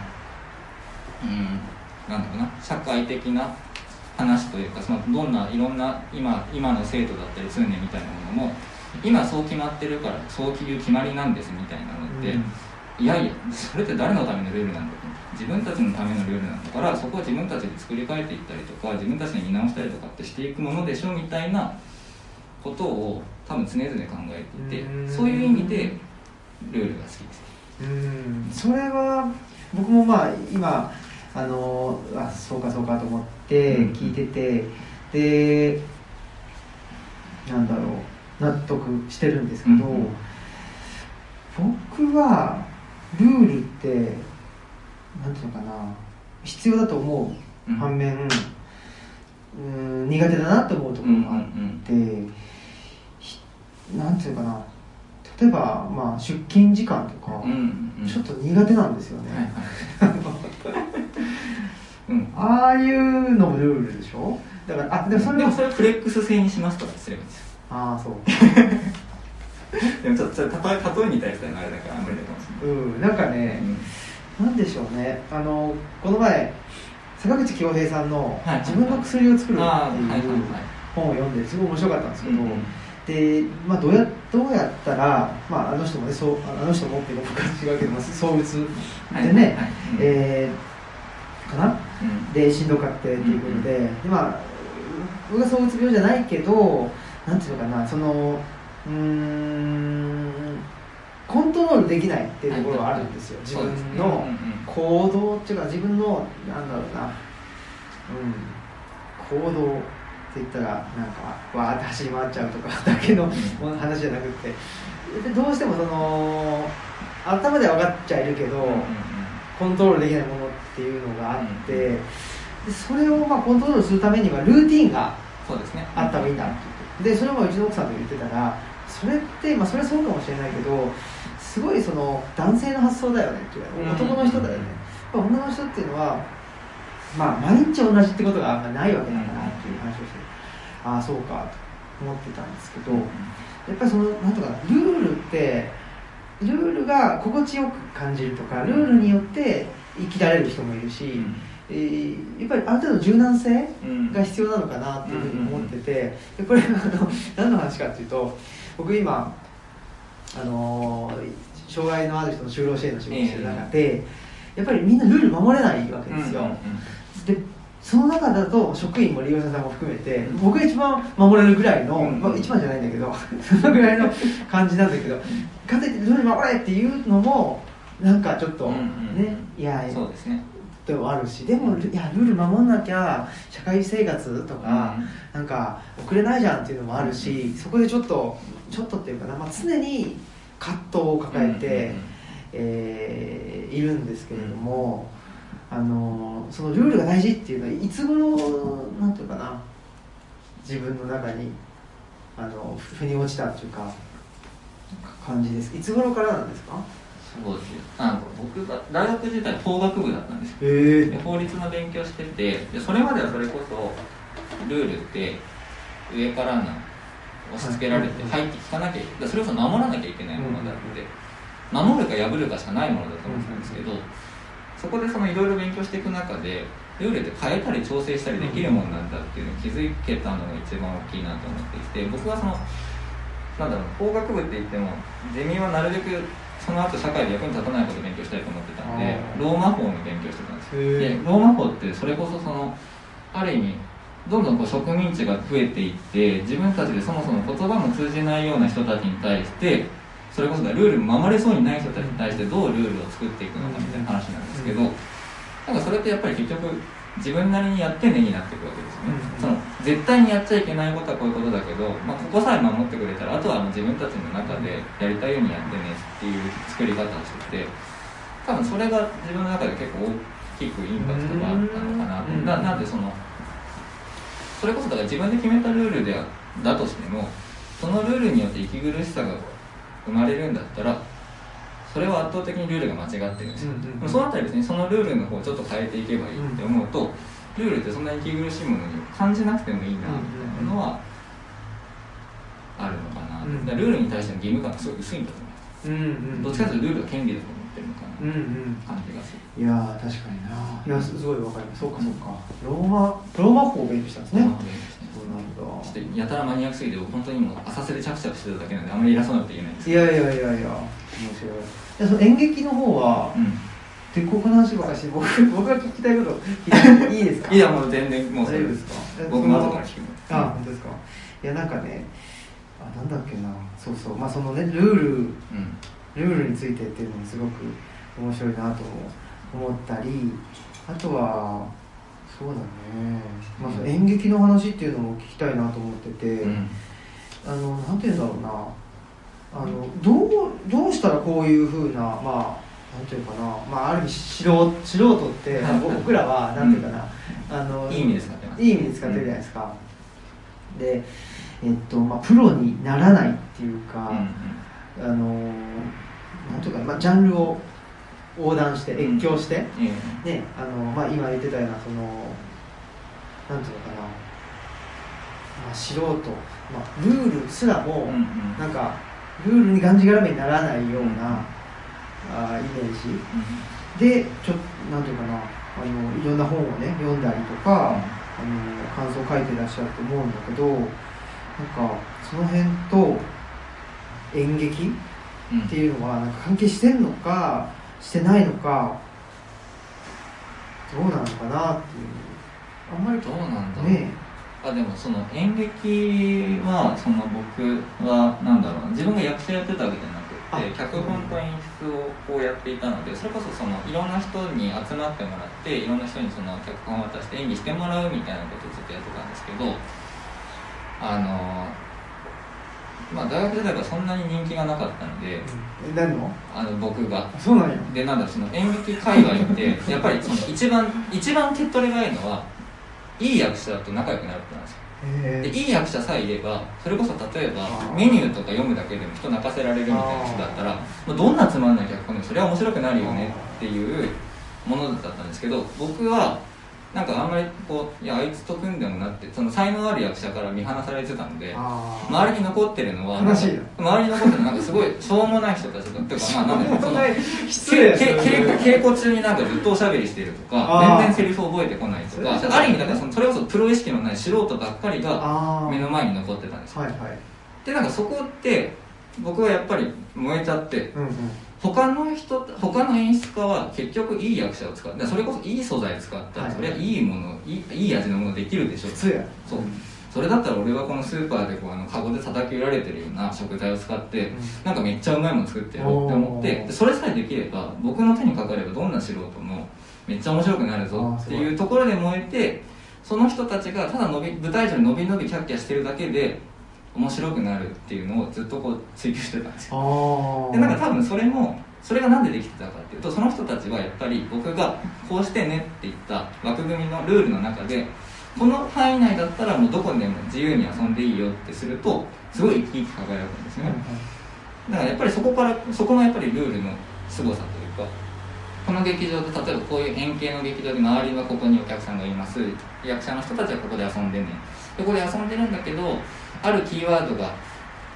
なんだろうな、社会的な話というか、そのどんないろんな今の制度だったり通念みたいなものも今そう決まってるからそういう決まりなんですみたいなのって、いやいやそれって誰のためのルールなんだと、自分たちのためのルールなんだから、そこは自分たちで作り変えていったりとか自分たちで見直したりとかってしていくものでしょみたいなことを多分常々考えていて、そういう意味でルールが好きです。 それは僕も今そうかそうかと思って聞いてて、でなんだろう、納得してるんですけど、僕はルールってなんていうのかな、必要だと思う反面、苦手だなと思うところがあって、なんていうのかな、例えば、出勤時間とか、ちょっと苦手なんですよね、ああいうのもルールでしょ。だからでもそれフレックス制にしますとかすればいいんですよ。 そうでもちょっと例えに対してはあれだからあんまりだかもしれない。 なんかね、なんでしょうね、この前坂口恭平さんの「自分の薬を作る」っていう本を読んですごい面白かったんですけど、でどうやったら、あの人もね、あの人もっていうか僕は違うけど、躁うつでね、かな、でしんどかってっていうことで、僕は躁うつ病じゃないけど、なんていうのかな、そのコントロールできないっていうところがあるんですよ、自分の行動っていうか、自分のなんだろうな、行動って言ったらなんかわーって走り回っちゃうとかだけの話じゃなくて、どうしてもその頭では分かっちゃいるけど、コントロールできないものっていうのがあって、でそれをコントロールするためにはルーティーンがあった方がいいんだって言って、でそれもうちの奥さんと言ってたら、それって、それはそうかもしれないけど、すごいその男性の発想だよねっていうか、男の人だよね、女の人っていうのは毎日同じってことがないわけだからっていう話をして、ああそうかと思ってたんですけど、やっぱりそのなんとかルールってルールが心地よく感じるとか、ルールによって生きられる人もいるし、やっぱりある程度の柔軟性が必要なのかなっていうふうに思ってて、でこれ何の話かっていうと、僕今障害のある人の就労支援の仕事をしてる中で、やっぱりみんなルール守れないわけですよ、でその中だと職員も利用者さんも含めて、僕が一番守れるぐらいの、一番じゃないんだけどそのぐらいの感じなんだけど、かといってルール守れっていうのもなんかちょっとね、いやそうですねでもあるし、でもいやルール守んなきゃ社会生活とか、なんか送れないじゃんっていうのもあるし、そこでちょっとっていうかな、常に葛藤を抱えて、いるんですけれども、そのルールが大事っていうのはいつ頃なんていうかな、自分の中に腑に落ちたっていうか感じです。いつ頃からなんですか？ そうですよ。僕が大学時代法学部だったんですよ。で法律の勉強してて、でそれまではそれこそルールって上から押し付けられて入って聞かなきゃいけない、それこそ守らなきゃいけないものであって、 守るか破るかしかないものだと思ってたんですけど、そこでそのいろいろ勉強していく中でルールって変えたり調整したりできるものなんだっていうのに気づけたのが一番大きいなと思っていて、僕はそのなんだろう、法学部って言ってもゼミはなるべくその後社会で役に立たないことを勉強したいと思ってたんで、ローマ法の勉強してたんですよ。でローマ法ってそれこそそのある意味どんどんこう植民地が増えていって、自分たちでそもそも言葉も通じないような人たちに対して、それこそルールも守れそうにない人たちに対してどうルールを作っていくのかみたいな話なんですけど、なんかそれってやっぱり結局自分なりにやってねになっていくわけですよね。その絶対にやっちゃいけないことはこういうことだけど、ここさえ守ってくれたらあとはもう自分たちの中でやりたいようにやってねっていう作り方をしてて、多分それが自分の中で結構大きくインパクトがあったのかなと。なんでそれこそだから自分で決めたルールだとしても、そのルールによって息苦しさが生まれるんだったらそれは圧倒的にルールが間違ってるんですよ。そうなったら別にそのルールの方をちょっと変えていけばいいって思うと、ルールってそんなに息苦しいものに感じなくてもいいなみたいなのはあるのかな。だからルールに対しての義務感がすごい薄いんだと思います。どっちかというとルールは権利だと思ってるのかな感じがする。 いやー確かにな。いやすごいわかります。そうかそうか。ローマ法を勉強したんですね。そうなんだ。 ちょっとやたらマニアックすぎて本当にもう浅瀬でチャプチャプしてただけなんであんまり偉そうなこと言えないんですけど。 いや面白い。その演劇の方は、でここの話ばかりして僕が聞きたいこと聞いていいですか？ いやもう全然もうそれですか。僕も後から聞く。 本当ですか？いやなんかね、なんだっけな、そうそのねルールについてっていうのもすごく面白いなと思ったり、あとはそうだね、その演劇の話っていうのも聞きたいなと思ってて、なんていうんだろうな、どうしたらこういう風ななんていうかな、ある意味素人って僕らはなんていうかな、 いい意味で使ってます。 いい意味で使ってるじゃないですか。で、プロにならないっていうか、なんていうかな、ジャンルを横断して越境して、ね、今言ってたようなそのなんていうのかな、素人、ルールすらもなんかルールにがんじがらめにならないようなイメージでなんていうかな、いろんな本をね読んだりとか、感想を書いてらっしゃると思うんだけど、なんかその辺と演劇っていうのはなんか関係してんのかしてないのかどうなのかなっていう、あんまりどうなんだね。 でもその演劇はその僕はなんだろうな、自分が役者やってたわけじゃなくて脚本と演出をこうやっていたので、それこそそのいろんな人に集まってもらっていろんな人にその脚本を渡して演技してもらうみたいなことをずっとやってたんですけど、大学時代はそんなに人気がなかったので、僕がそうなんや。 でその演劇界隈ってやっぱりその一番手っ取り早いのはいい役者と仲良くなることなんですよ。でいい役者さえいれば、それこそ例えばメニューとか読むだけでも人泣かせられるみたいな人だったら、どんなつまんない脚本でもそれは面白くなるよねっていうものだったんですけど、僕はなんかあんまりあいつと組んでもなって、その才能ある役者から見放されてたので、周りに残ってるのは悲しいな。 周りに残ってるのはなんかすごいしょうもない人たちとか、なんでその稽古中になんかずっとおしゃべりしてるとか、全然セリフ覚えてこないとか、ある意味だからそれこそプロ意識のない素人ばっかりが目の前に残ってたんですよ。でなんかそこって僕はやっぱり燃えちゃって。他の演出家は結局いい役者を使って、それこそいい素材使ったら、それはいいもの、いい味のものできるでしょ。それだったら俺はこのスーパーでカゴで叩き売られてるような食材を使ってなんかめっちゃうまいもの作ってやろうって思って、それさえできれば僕の手にかかればどんな素人もめっちゃ面白くなるぞっていうところで燃えて、その人たちがただ舞台上に伸び伸びキャッキャしてるだけで面白くなるっていうのをずっと追求してたんですよ。でなんか多分それがなんでできてたかっていうと、その人たちはやっぱり僕がこうしてねって言った枠組みのルールの中で、この範囲内だったらもうどこでも自由に遊んでいいよってするとすごい生き生き輝くんですね。だからやっぱりそこのやっぱりルールの凄さというか、この劇場で例えばこういう円形の劇場で周りはここにお客さんがいます、役者の人たちはここで遊んでね、ここで遊んでるんだけど、あるキーワードが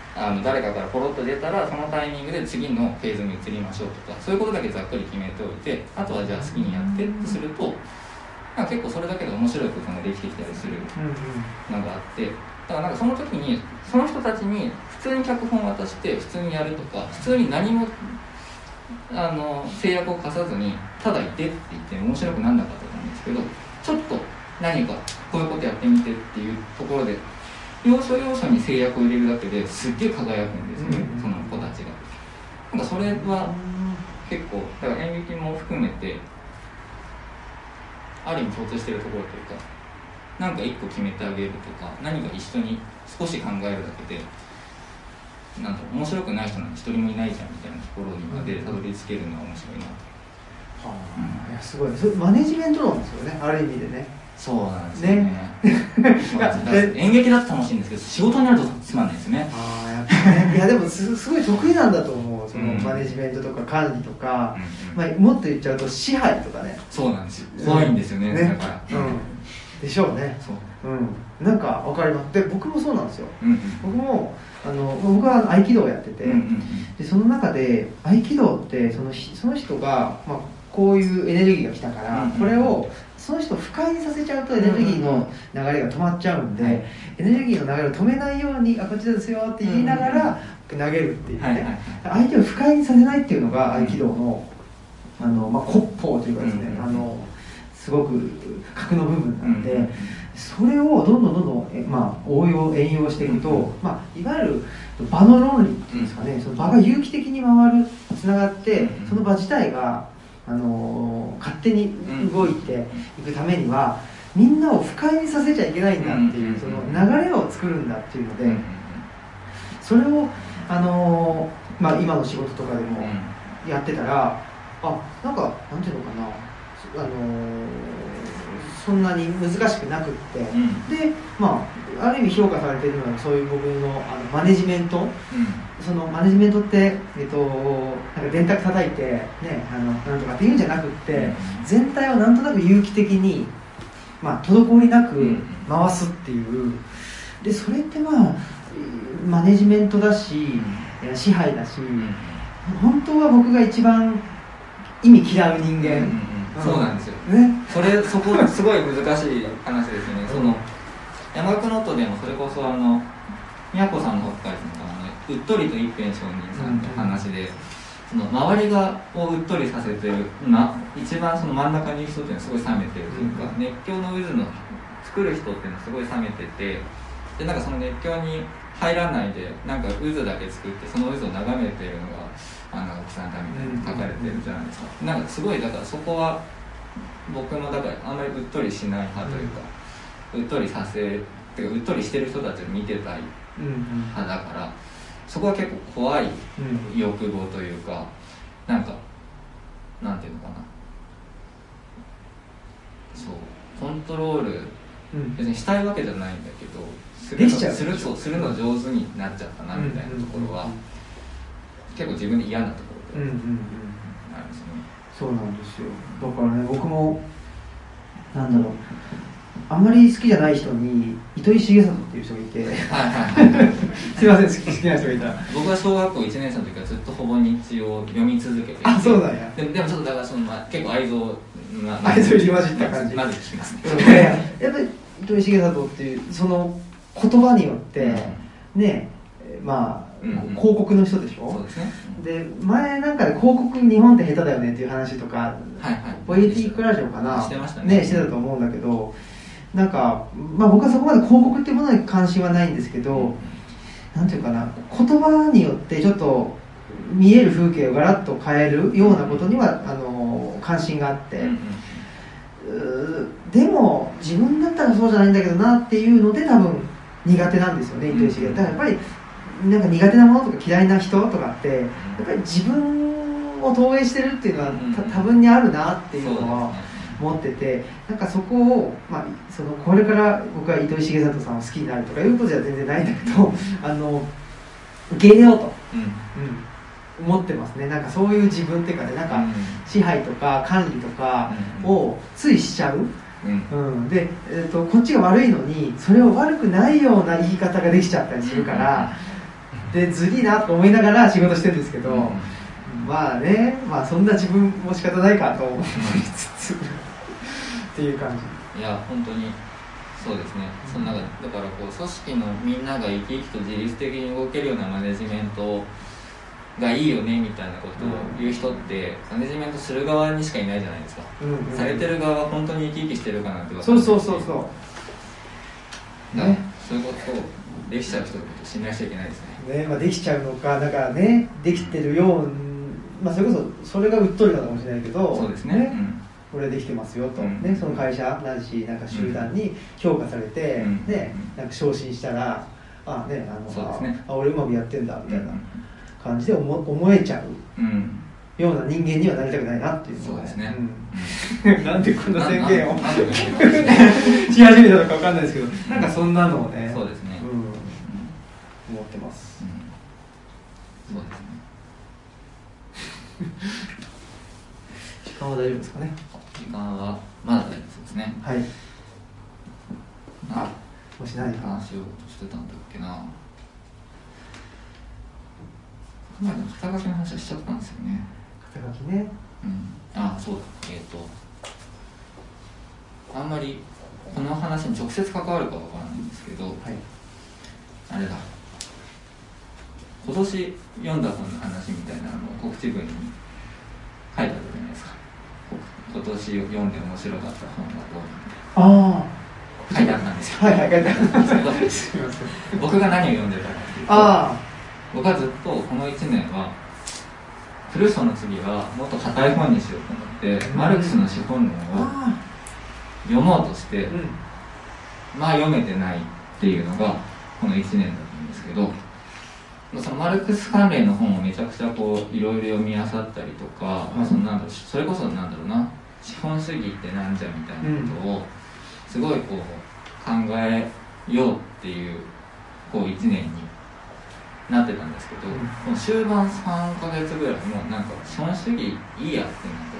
誰かからポロッと出たらそのタイミングで次のフェーズに移りましょうとか、そういうことだけざっくり決めておいて、あとはじゃあ好きにやってってすると、なんか結構それだけで面白いことができてきたりするのがあって、だからなんかその時にその人たちに普通に脚本を渡して普通にやるとか、普通に何も制約を課さずにただいてって言って面白くなんなかったと思うんですけど、ちょっと何かこういうことやってみてっていうところで要所要所に制約を入れるだけですっげえ輝くんですよね、その子たちが。なんかそれは結構だから演劇も含めてある意味共通しているところというか、何か一個決めてあげるとか、何か一緒に少し考えるだけでなんか面白くない人なんて一人もいないじゃんみたいなところにまでたどり着けるのは面白いな。 いやすごい、それマネジメント論ですよね、ある意味でね。 そうなんですよね。演劇だと楽しいんですけど、仕事になるとつまんないですね。 やっぱね、いやでもすごい得意なんだと思う、そのマネジメントとか管理とか、もっと言っちゃうと支配とかね。 そうなんですよ、怖いんですよね、だから。 でしょうね。なんか分かります。で僕もそうなんですよ。僕も僕は合気道をやってて、でその中で合気道ってその人が、こういうエネルギーが来たから、これをその人を不快にさせちゃうとエネルギーの流れが止まっちゃうんで、エネルギーの流れを止めないようにこっちですよって言いながら投げるっていうね、相手を不快にさせないっていうのが合気道の骨法というかですね、すごく核の部分なので、それをどんどん応用援用していくと、いわゆる場の論理っていうんですかね、その場が有機的に回る、つながって、その場自体が勝手に動いていくためには、みんなを不快にさせちゃいけないんだっていう、その流れを作るんだっていうので、それを今の仕事とかでもやってたら、なんていうのかな、そんなに難しくなくって、である意味評価されているのはそういう僕のマネジメント、そのマネジメントって、なんか電卓叩いてね、なんとかっていうんじゃなくって、全体をなんとなく有機的に滞りなく回すっていう、でそれってマネジメントだし、支配だし、本当は僕が一番意味嫌う人間。 そうなんですよ、そこすごい難しい話ですね。その山岳ノートでもそれこそ宮子さんの方からうっとりと一辺上人さんの話で、その周りをうっとりさせてる一番その真ん中にいる人っていうのはすごい冷めてるというか、熱狂の渦の作る人っていうのはすごい冷めてて、でなんかその熱狂に入らないでなんか渦だけ作ってその渦を眺めているのが奥さんのために書かれてるじゃないですか。なんかすごいだからそこは僕もだからあんまりうっとりしない派というか、うっとりさせてかうっとりしてる人たちを見てたい派だから、そこは結構怖い欲望というか、なんかなんていうのかな、そうコントロール、別にしたいわけじゃないんだけどするの上手になっちゃったなみたいなところは、結構自分で嫌なところであるんですね。 そうなんですよ。だからね、僕もあんまり好きじゃない人に糸井重里っていう人がいてすいません、好きな人がいたら。 僕は小学校1年生の時からずっとほぼ日を読み続けていて、 そうなんや。 でもちょっとだから結構愛憎入り混じった感じ。 まず聞きますね。 やっぱり糸井重里っていうその言葉によってね、広告の人でしょ。 そうですね。 で前なんかで広告日本って下手だよねっていう話とか、ポエティックラジオかな、 してましたね。 してたと思うんだけど、なんか僕はそこまで広告っていうものに関心はないんですけど、なんていうかな、言葉によってちょっと見える風景をガラッと変えるようなことには関心があって、でも自分だったらそうじゃないんだけどなっていうので多分苦手なんですよね、糸井重里。だからやっぱりなんか苦手なものとか嫌いな人とかってやっぱり自分を投影してるっていうのは多分にあるなっていうのは思ってて、なんかそこを、これから僕は糸井重里さんを好きになるとかいうことじゃ全然ないんだけど受け入れようと、思ってますね。なんかそういう自分っていうかね、なんか支配とか管理とかをついしちゃう。で、こっちが悪いのにそれを悪くないような言い方ができちゃったりするから、 でずりーなと思いながら仕事してるんですけど、まあね、まあそんな自分も仕方ないかと思いつつっていう感じ。 いや本当にそうですね。そのだからこう組織のみんなが生き生きと自律的に動けるようなマネジメントがいいよねみたいなことを言う人って、マネジメントする側にしかいないじゃないですか、されてる側は本当に生き生きしてるかなんて分からないし、 そうね、そういうことをできちゃう人のことを信頼しちゃいけないですね。 まあ、できちゃうのか、だからね、できてるよう、まあ、それこそそれがうっとりなのかもしれないけど、 そうですね、 これできてますよと、その会社ないしなんか集団に評価されて、なんか昇進したら、俺うまくやってんだみたいな感じで思えちゃうような人間にはなりたくないなっていうのは、 そうですね、 なんでこんな宣言をし始めたのか分かんないですけど、なんかそんなのをね、 そうですね、 思ってます。 そうですね。 時間は大丈夫ですかね。 時間はまだ大丈夫ですね。 はい。もし何か話をしてたんだっけな。まあでも肩書きの話はしちゃったんですよね。 肩書きね。 そうだ。あんまりこの話に直接関わるかわからないんですけど、あれだ。今年読んだ本の話みたいなのを告知文に書いてあるじゃないですか。今年読んで面白かった本だと書いてあったんですよ。 書いてあったんですけど僕が何を読んでたかっていうと、僕はずっとこの1年はプルーソーの次はもっと硬い本にしようと思って、マルクスの資本論を読もうとして、まあ読めてないっていうのがこの1年だったんですけど、そのマルクス関連の本をめちゃくちゃこういろいろ読み漁ったりとか、それこそなんだろうな、資本主義ってなんじゃみたいなことをすごいこう考えようっていうこう1年になってたんですけど、この終盤3ヶ月ぐらいもうなんか資本主義いいやってなって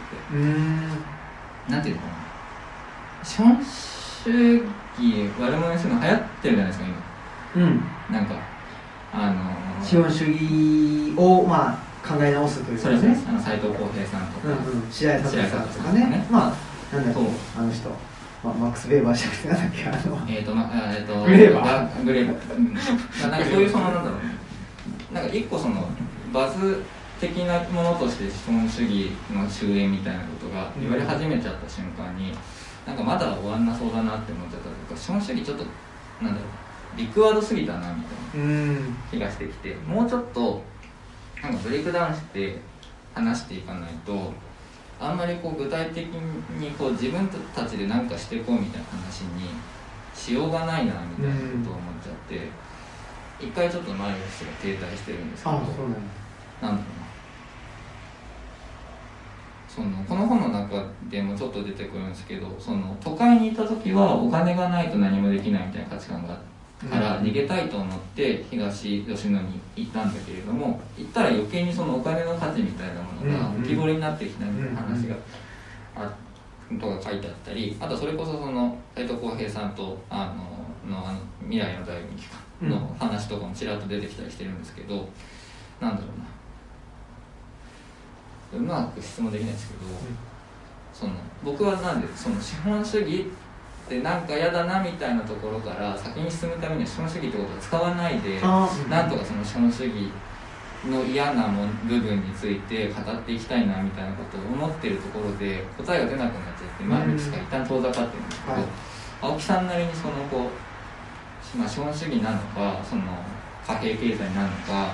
て、なんていうのかな、資本主義悪者にするの流行ってるじゃないですか今。なんか資本主義を考え直すというかね、 斉藤浩平さんとか、 白井聡さんとかね、なんだっけ、あの人、マックス・ベーバーじゃなくて、なんだっけ、グレーバー、 なんかそういうなんだろうね、なんか一個そのバズ的なものとして資本主義の終焉みたいなことが言われ始めちゃった瞬間に、なんかまだ終わんなそうだなって思っちゃったというか、資本主義ちょっとなんだろう、リクワードすぎたなみたいな気がしてきて、もうちょっとなんかブレイクダウンして話していかないと、あんまりこう具体的にこう自分たちで何かしていこうみたいな話にしようがないなみたいなことを思っちゃって、一回ちょっとマルクスが停滞してるんですけど、なんだろうな、この本の中でもちょっと出てくるんですけど、都会にいた時はお金がないと何もできないみたいな価値観があってから逃げたいと思って東吉野に行ったんだけれども、行ったら余計にそのお金の価値みたいなものが浮き彫りになってきたみたいな話がとか書いてあったり、あとそれこそ斉藤浩平さんと未来の大軍機の話とかもちらっと出てきたりしてるんですけど、なんだろうな、うまく質問できないですけど、僕はなんで資本主義でなんか嫌だなみたいなところから先に進むためには資本主義ってことを使わないで、なんとか資本主義の嫌な部分について語っていきたいなみたいなことを思っているところで答えが出なくなっちゃって、マルクスが一旦遠ざかってるんですけど、青木さんなりに資本主義なのか貨幣経済なのか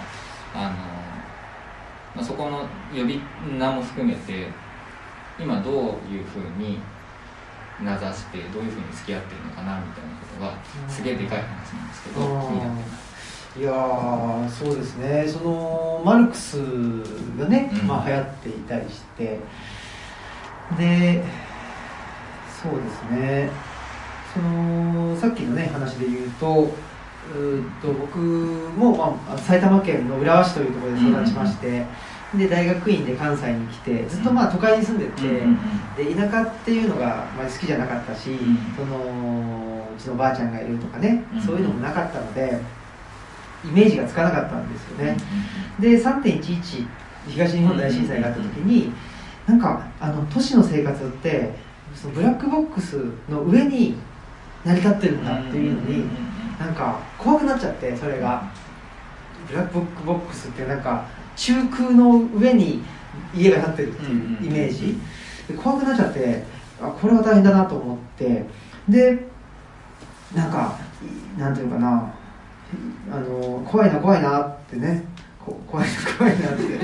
そこの呼び名も含めて今どういうふうに名指してどういうふうに付き合ってるのかなみたいなことがすげえでかい話なんですけど、 いやー、そうですね、マルクスがね、流行っていたりして、でそうですね、さっきのね話で言うと、僕も、埼玉県の浦和市というところで育ちまして、で大学院で関西に来てずっと都会に住んでて、で田舎っていうのが好きじゃなかったし、うちのばあちゃんがいるとかね、そういうのもなかったので、 イメージがつかなかったんですよね。で3.11東日本大震災があった時になんか都市の生活ってそのブラックボックスの上に成り立ってるんだっていうのになんか怖くなっちゃって、それがブラックボックスってなんか中空の上に家が建ってるっていうイメージで怖くなっちゃって、これは大変だなと思って、でなんかなんていうのかな、怖いなってね、怖いなって怖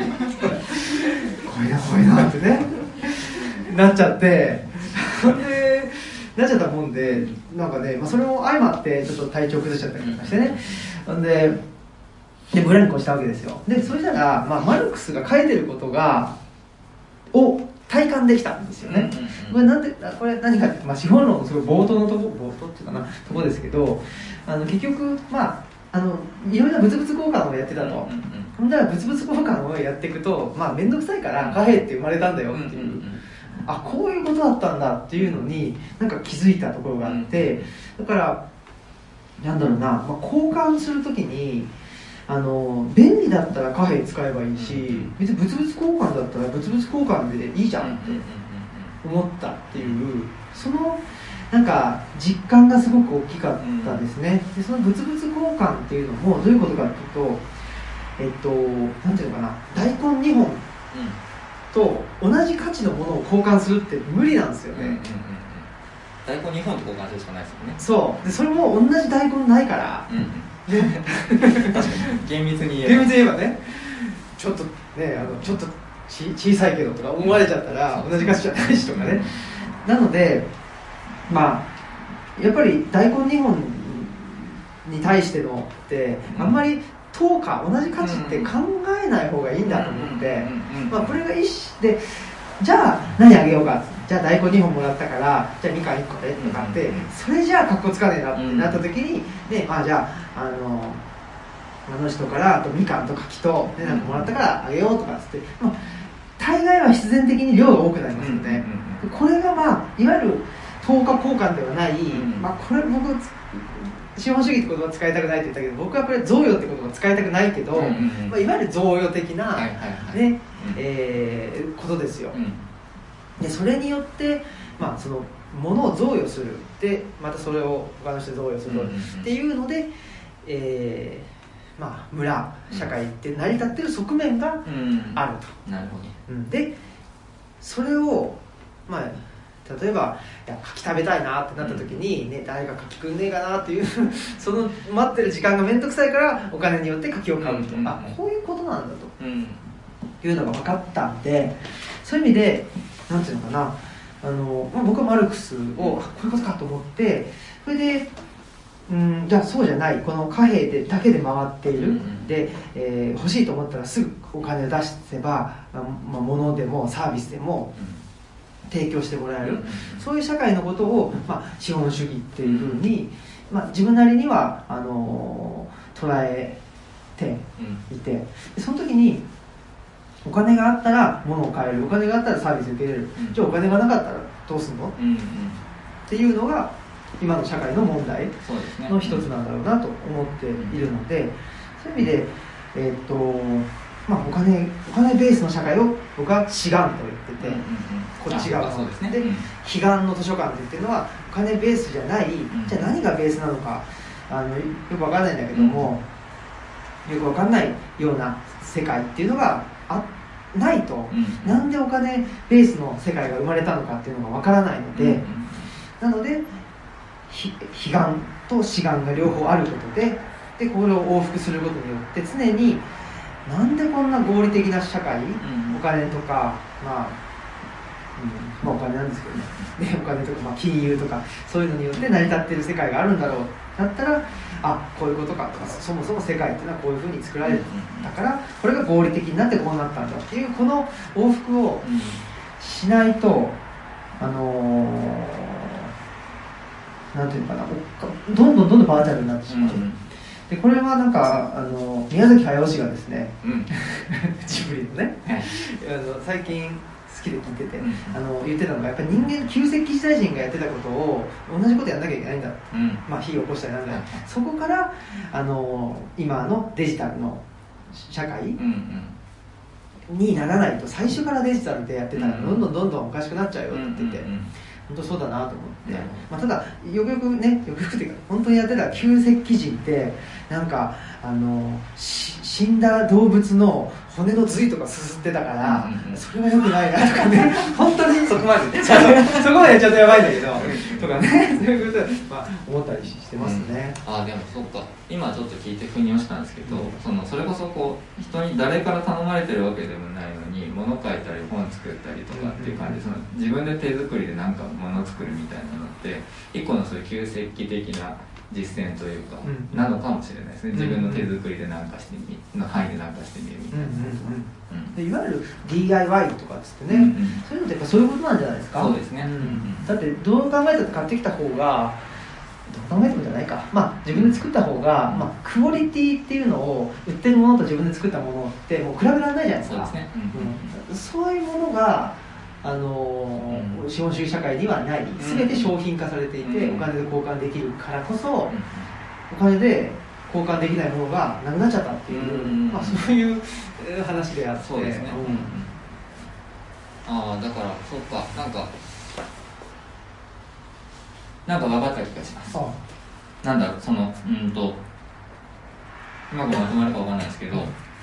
いなってねなっちゃってでなっちゃったもんで、なんかね、それも相まってちょっと体調崩しちゃったりとかしてね、でブランコしたわけですよ。でそしたら、マルクスが書いてることを体感できたんですよね。これ何かって、資本論のすごい冒頭っていうかなとこですけど、結局いろいろな物々交換をやってたと。だから物々交換をやっていくと面倒くさいから貨幣って生まれたんだよっていう、こういうことだったんだっていうのになんか気づいたところがあって、だからなんだろうな、交換するときに便利だったら貨幣使えばいいし、別に物々交換だったら物々交換でいいじゃんって思ったっていう、そのなんか実感がすごく大きかったですね。でその物々交換っていうのもどういうことかっていうと、なんていうのかな、大根2本と同じ価値のものを交換するって無理なんですよね。 大根2本と交換するしかないですよね。 そうで、それも同じ大根ないから、 確かに厳密に言えばね、ちょっと小さいけどとか思われちゃったら同じ価値じゃないしとかね。なのでやっぱり大根2本に対してのってあんまり等価同じ価値って考えない方がいいんだと思って、これが一種で、じゃあ何あげようか、じゃあ大根2本もらったからじゃあみかん1個でとかって、それじゃあ格好つかねえなってなった時に、じゃああの人からあとみかんと柿と、なんかもらったからあげようとかっつって、大概は必然的に量が多くなりますよね。これがいわゆる等価交換ではない、これ僕資本主義って言葉使いたくないって言ったけど、僕はこれ贈与って言葉使いたくないけど、いわゆる贈与的なことですよ。でそれによってそのものを贈与するで、またそれを他の人に贈与するっていうので、村社会って成り立ってる側面があると。 なるほど。 でそれを例えば柿食べたいなってなった時に、誰か柿食んねえかなっていうその待ってる時間が面倒くさいからお金によって柿を買うと、こういうことなんだというのが分かったんで、そういう意味でなんていうのかな、僕はマルクスをこういうことかと思って、それでじゃあそうじゃない、この貨幣だけで回っている、で、欲しいと思ったらすぐお金を出せば、物でもサービスでも提供してもらえる、そういう社会のことを、資本主義っていうふうに、自分なりには捉えていて、その時にお金があったら物を買える、お金があったらサービス受けれる、じゃあお金がなかったらどうすんの、っていうのが今の社会の問題の一つなんだろうなと思っているので、そういう意味でお金ベースの社会を僕は志願と言ってて、こっち側ので彼岸の図書館って言ってるのはお金ベースじゃない、じゃあ何がベースなのかよく分かんないんだけども、よく分かんないような世界っていうのがないと、なんでお金ベースの世界が生まれたのかっていうのが分からないので、なので彼岸と志願が両方あることで、これを往復することによって常になんでこんな合理的な社会、お金とかお金なんですけどね、お金とか金融とかそういうのによって成り立っている世界があるんだろうだったら、こういうことかとか、そもそも世界っていうのはこういうふうに作られたから、これが合理的になってこうなったんだっていう、この往復をしないとなんていうのかな、どんどんバーチャルになってしまう。でこれはなんか宮崎駿氏がですね、ジブリのね、最近好きで聞いてて、 うん、 言ってたのがやっぱり人間旧石器時代人がやってたことを同じことやんなきゃいけないんだ、 うん、 まあ、火を起こしたりなんだ、そこから今のデジタルの社会、にならないと最初からデジタルでやってたらどんどんおかしくなっちゃうよって言ってて、本当そうだなと思って、まあ、ただよくよくっていうか本当にやってた旧石器人ってなんか死んだ動物の骨の髄とかすすってたから、それは良くないなとかね本当にそこまでそこまでちょっとやばいんだけどとかね、そういうことまあ思ったりしてますね。 でもそうか、今ちょっと聞いて腑に落ちたんですけど、それこそこう人に誰から頼まれてるわけでもないのに物書いたり本作ったりとかっていう感じで、自分で手作りで何か物作るみたいなのって一個のそういう旧石器的な実践というか、なのかもしれないですね。自分の手作りで何かしてみの範囲で何かしてみるみたいな、 いわゆる DIY とかっつってね、そういうのってやっぱそういうことなんじゃないですか。 そうですね、 だってどう考えたって買ってきた方がどう考えてもじゃないか、まあ、自分で作った方が、まあ、クオリティっていうのを売ってるものと自分で作ったものってもう比べられないじゃないですか。そういうものが資本主義社会にはない、全て商品化されていて、お金で交換できるからこそ、お金で交換できないものがなくなっちゃったっていう、まあ、そういう話であって、 そうですね、だからそうか、なんか分かった気がします。なんだろう、うまくまとまるか分かんないですけど、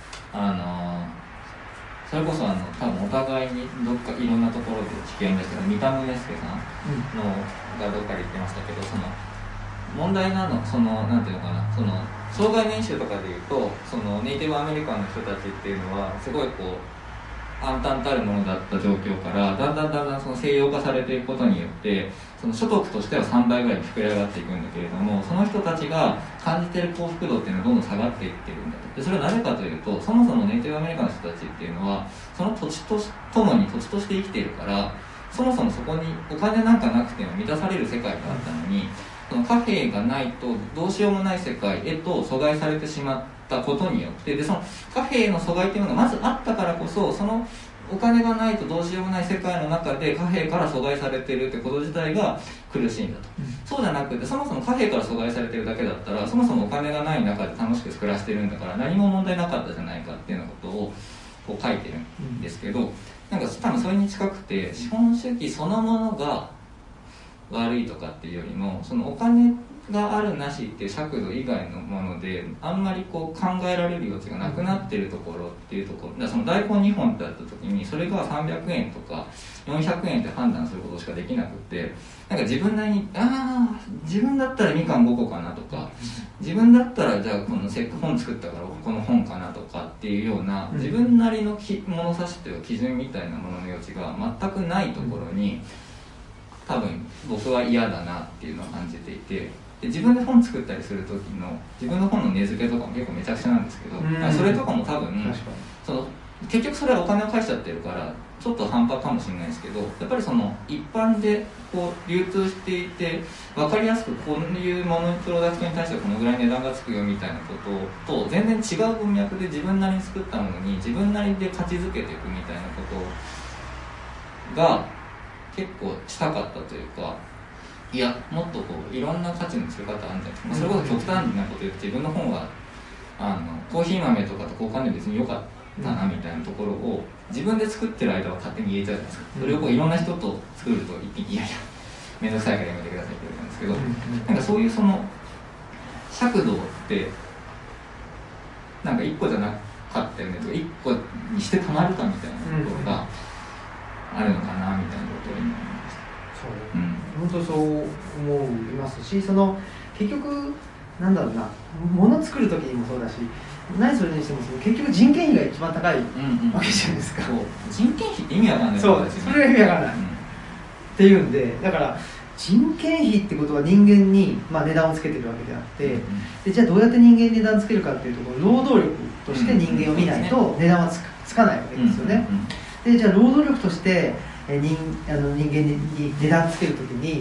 それこそ多分お互いにどっかいろんなところで知見ですけど、三田宗介さんのがどっかで言ってましたけど、問題なのなんていうのかな、障害年収とかでいうとネイティブアメリカンの人たちっていうのはすごいこう暗淡たるものだった状況からだんだん西洋化されていくことによって所得としては3倍ぐらいに膨れ上がっていくんだけれども、その人たちが感じている幸福度っていうのはどんどん下がっていってるんだと。でそれはなぜかというと、そもそもネイティブアメリカの人たちっていうのはその土地ともに土地として生きているから、そもそもそこにお金なんかなくても満たされる世界があったのに、その貨幣がないとどうしようもない世界へと阻害されてしまったことによって、でその貨幣の阻害っていうのがまずあったからこそ、そのお金がないとどうしようもない世界の中で貨幣から阻害されているってこと自体が苦しいんだと、そうじゃなくて、そもそも貨幣から阻害されているだけだったら、そもそもお金がない中で楽しく暮らしてるんだから何も問題なかったじゃないかっていうようなことをこう書いてるんですけど、なんか多分それに近くて、資本主義そのものが悪いとかっていうよりも、そのお金があるなしっていう尺度以外のものであんまりこう考えられる余地がなくなってるところっていうところだから、その大根2本ってあった時にそれが300円とか400円って判断することしかできなくて、なんか自分なりに自分だったらみかん5個かなとか、自分だったらじゃあこのせっかく本作ったからこの本かなとかっていうような自分なりの物差しという基準みたいなものの余地が全くないところに多分僕は嫌だなっていうのを感じていて、で自分で本作ったりする時の自分の本の値付けとかも結構めちゃくちゃなんですけど、それとかも多分結局それはお金を返しちゃってるからちょっと半端かもしれないですけど、やっぱり一般でこう流通していて分かりやすくこういうものプロダクトに対してはこのぐらい値段がつくよみたいなことと全然違う文脈で自分なりに作ったものに自分なりで価値づけていくみたいなことが結構したかったというか、いやもっとこういろんな価値の付け方あるんじゃないですか、それこそ極端なこと言って自分の本はコーヒー豆とかと交換で別に良かったなみたいなところを自分で作ってる間は勝手に言えちゃうじゃないですか。それをこういろんな人と作ると一気にいやいや面倒くさいからやめてくださいって言われたんですけど、なんかそういう尺度ってなんか1個じゃなかったよねとか1個にしてたまるかみたいなところがあるのかなみたいなことを今思いました。 本当そう思いますし、結局なんだろうな、物作る時にもそうだし、何それにしても結局人件費が一番高いわけじゃないですか。 人件費って意味わかんないそうです、それが意味わからない、っていうんで、だから人件費ってことは人間に、値段をつけてるわけであって、でじゃあどうやって人間に値段つけるかっていうところ、労働力として人間を見ないと値段はつかないわけですよね。でじゃあ労働力として人間に値段つけるときに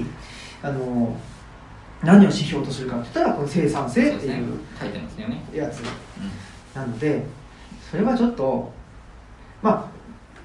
何を指標とするかって言ったらこの生産性っていうやつなので、それはちょっと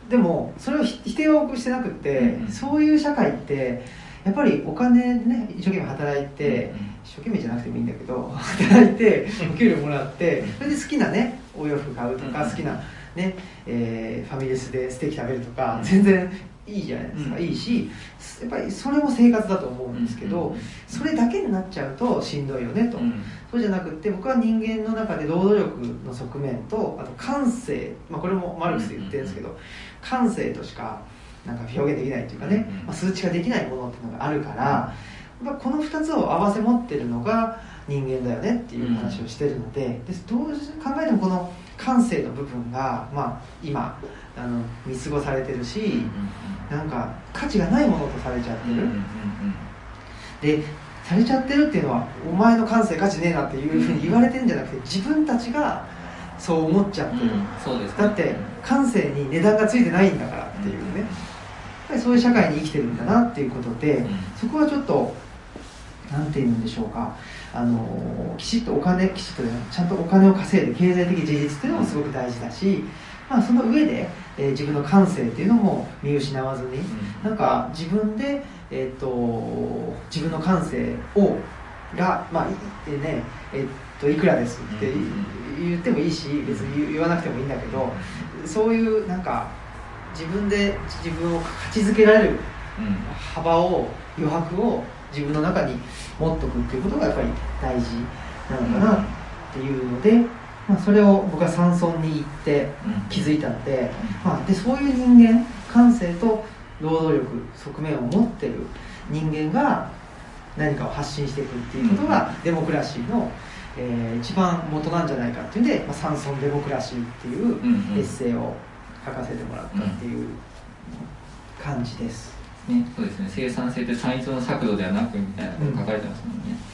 でもそれを否定は僕してなくて、そういう社会ってやっぱりお金でね一生懸命働いて、一生懸命じゃなくてもいいんだけど働いてお給料もらってそれで好きなねお洋服買うとか、好きなね、ファミレスでステーキ食べるとか、全然いいじゃないですか、いいしやっぱりそれも生活だと思うんですけど、それだけになっちゃうとしんどいよねと、そうじゃなくって僕は人間の中で労働力の側面とあと感性、これもマルクスで言ってるんですけど、感性としかなんか表現できないというかね、数値化できないものっていうのがあるから、この2つを併せ持ってるのが人間だよねっていう話をしてるので、どう考えてもこの感性の部分が、今見過ごされてるし、なんか価値がないものとされちゃってる、でされちゃってるっていうのはお前の感性価値ねえなっていうふうに言われてるんじゃなくて、自分たちがそう思っちゃってる、 そうですね、 だって感性に値段がついてないんだからっていうね、やっぱりそういう社会に生きてるんだなっていうことで、そこはちょっとなんて言うんでしょうか、きちっとちゃんとお金を稼いで経済的自立っていうのもすごく大事だし、その上で、自分の感性っていうのも見失わずに、なんか自分で、自分の感性がいくらですって言ってもいいし、別に言わなくてもいいんだけど、そういうなんか自分で自分を価値づけられる幅を、余白を自分の中に持っとくっていうことがやっぱり大事なのかなっていうので、それを僕は山村に行って気づいたので、でそういう人間、感性と労働力側面を持ってる人間が何かを発信していくっていうことがデモクラシーの、一番元なんじゃないかっていうんで、山村デモクラシーっていうエッセイを書かせてもらったっていう感じです。 そうですね、生産性って単一の尺度ではなくみたいなこと書かれてますもんね。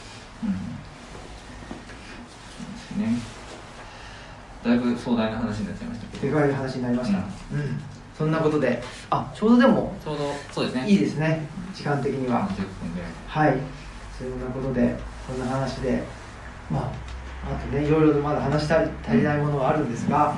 そうですね。だいぶ壮大な話になっちゃいましたけど。 でかい話になりました。そんなことで、ちょうどでもそうですね。 いいですね、時間的には。 30分で。 はい。そんなことで、こんな話で、あとね、いろいろとまだ話足りないものはあるんですが、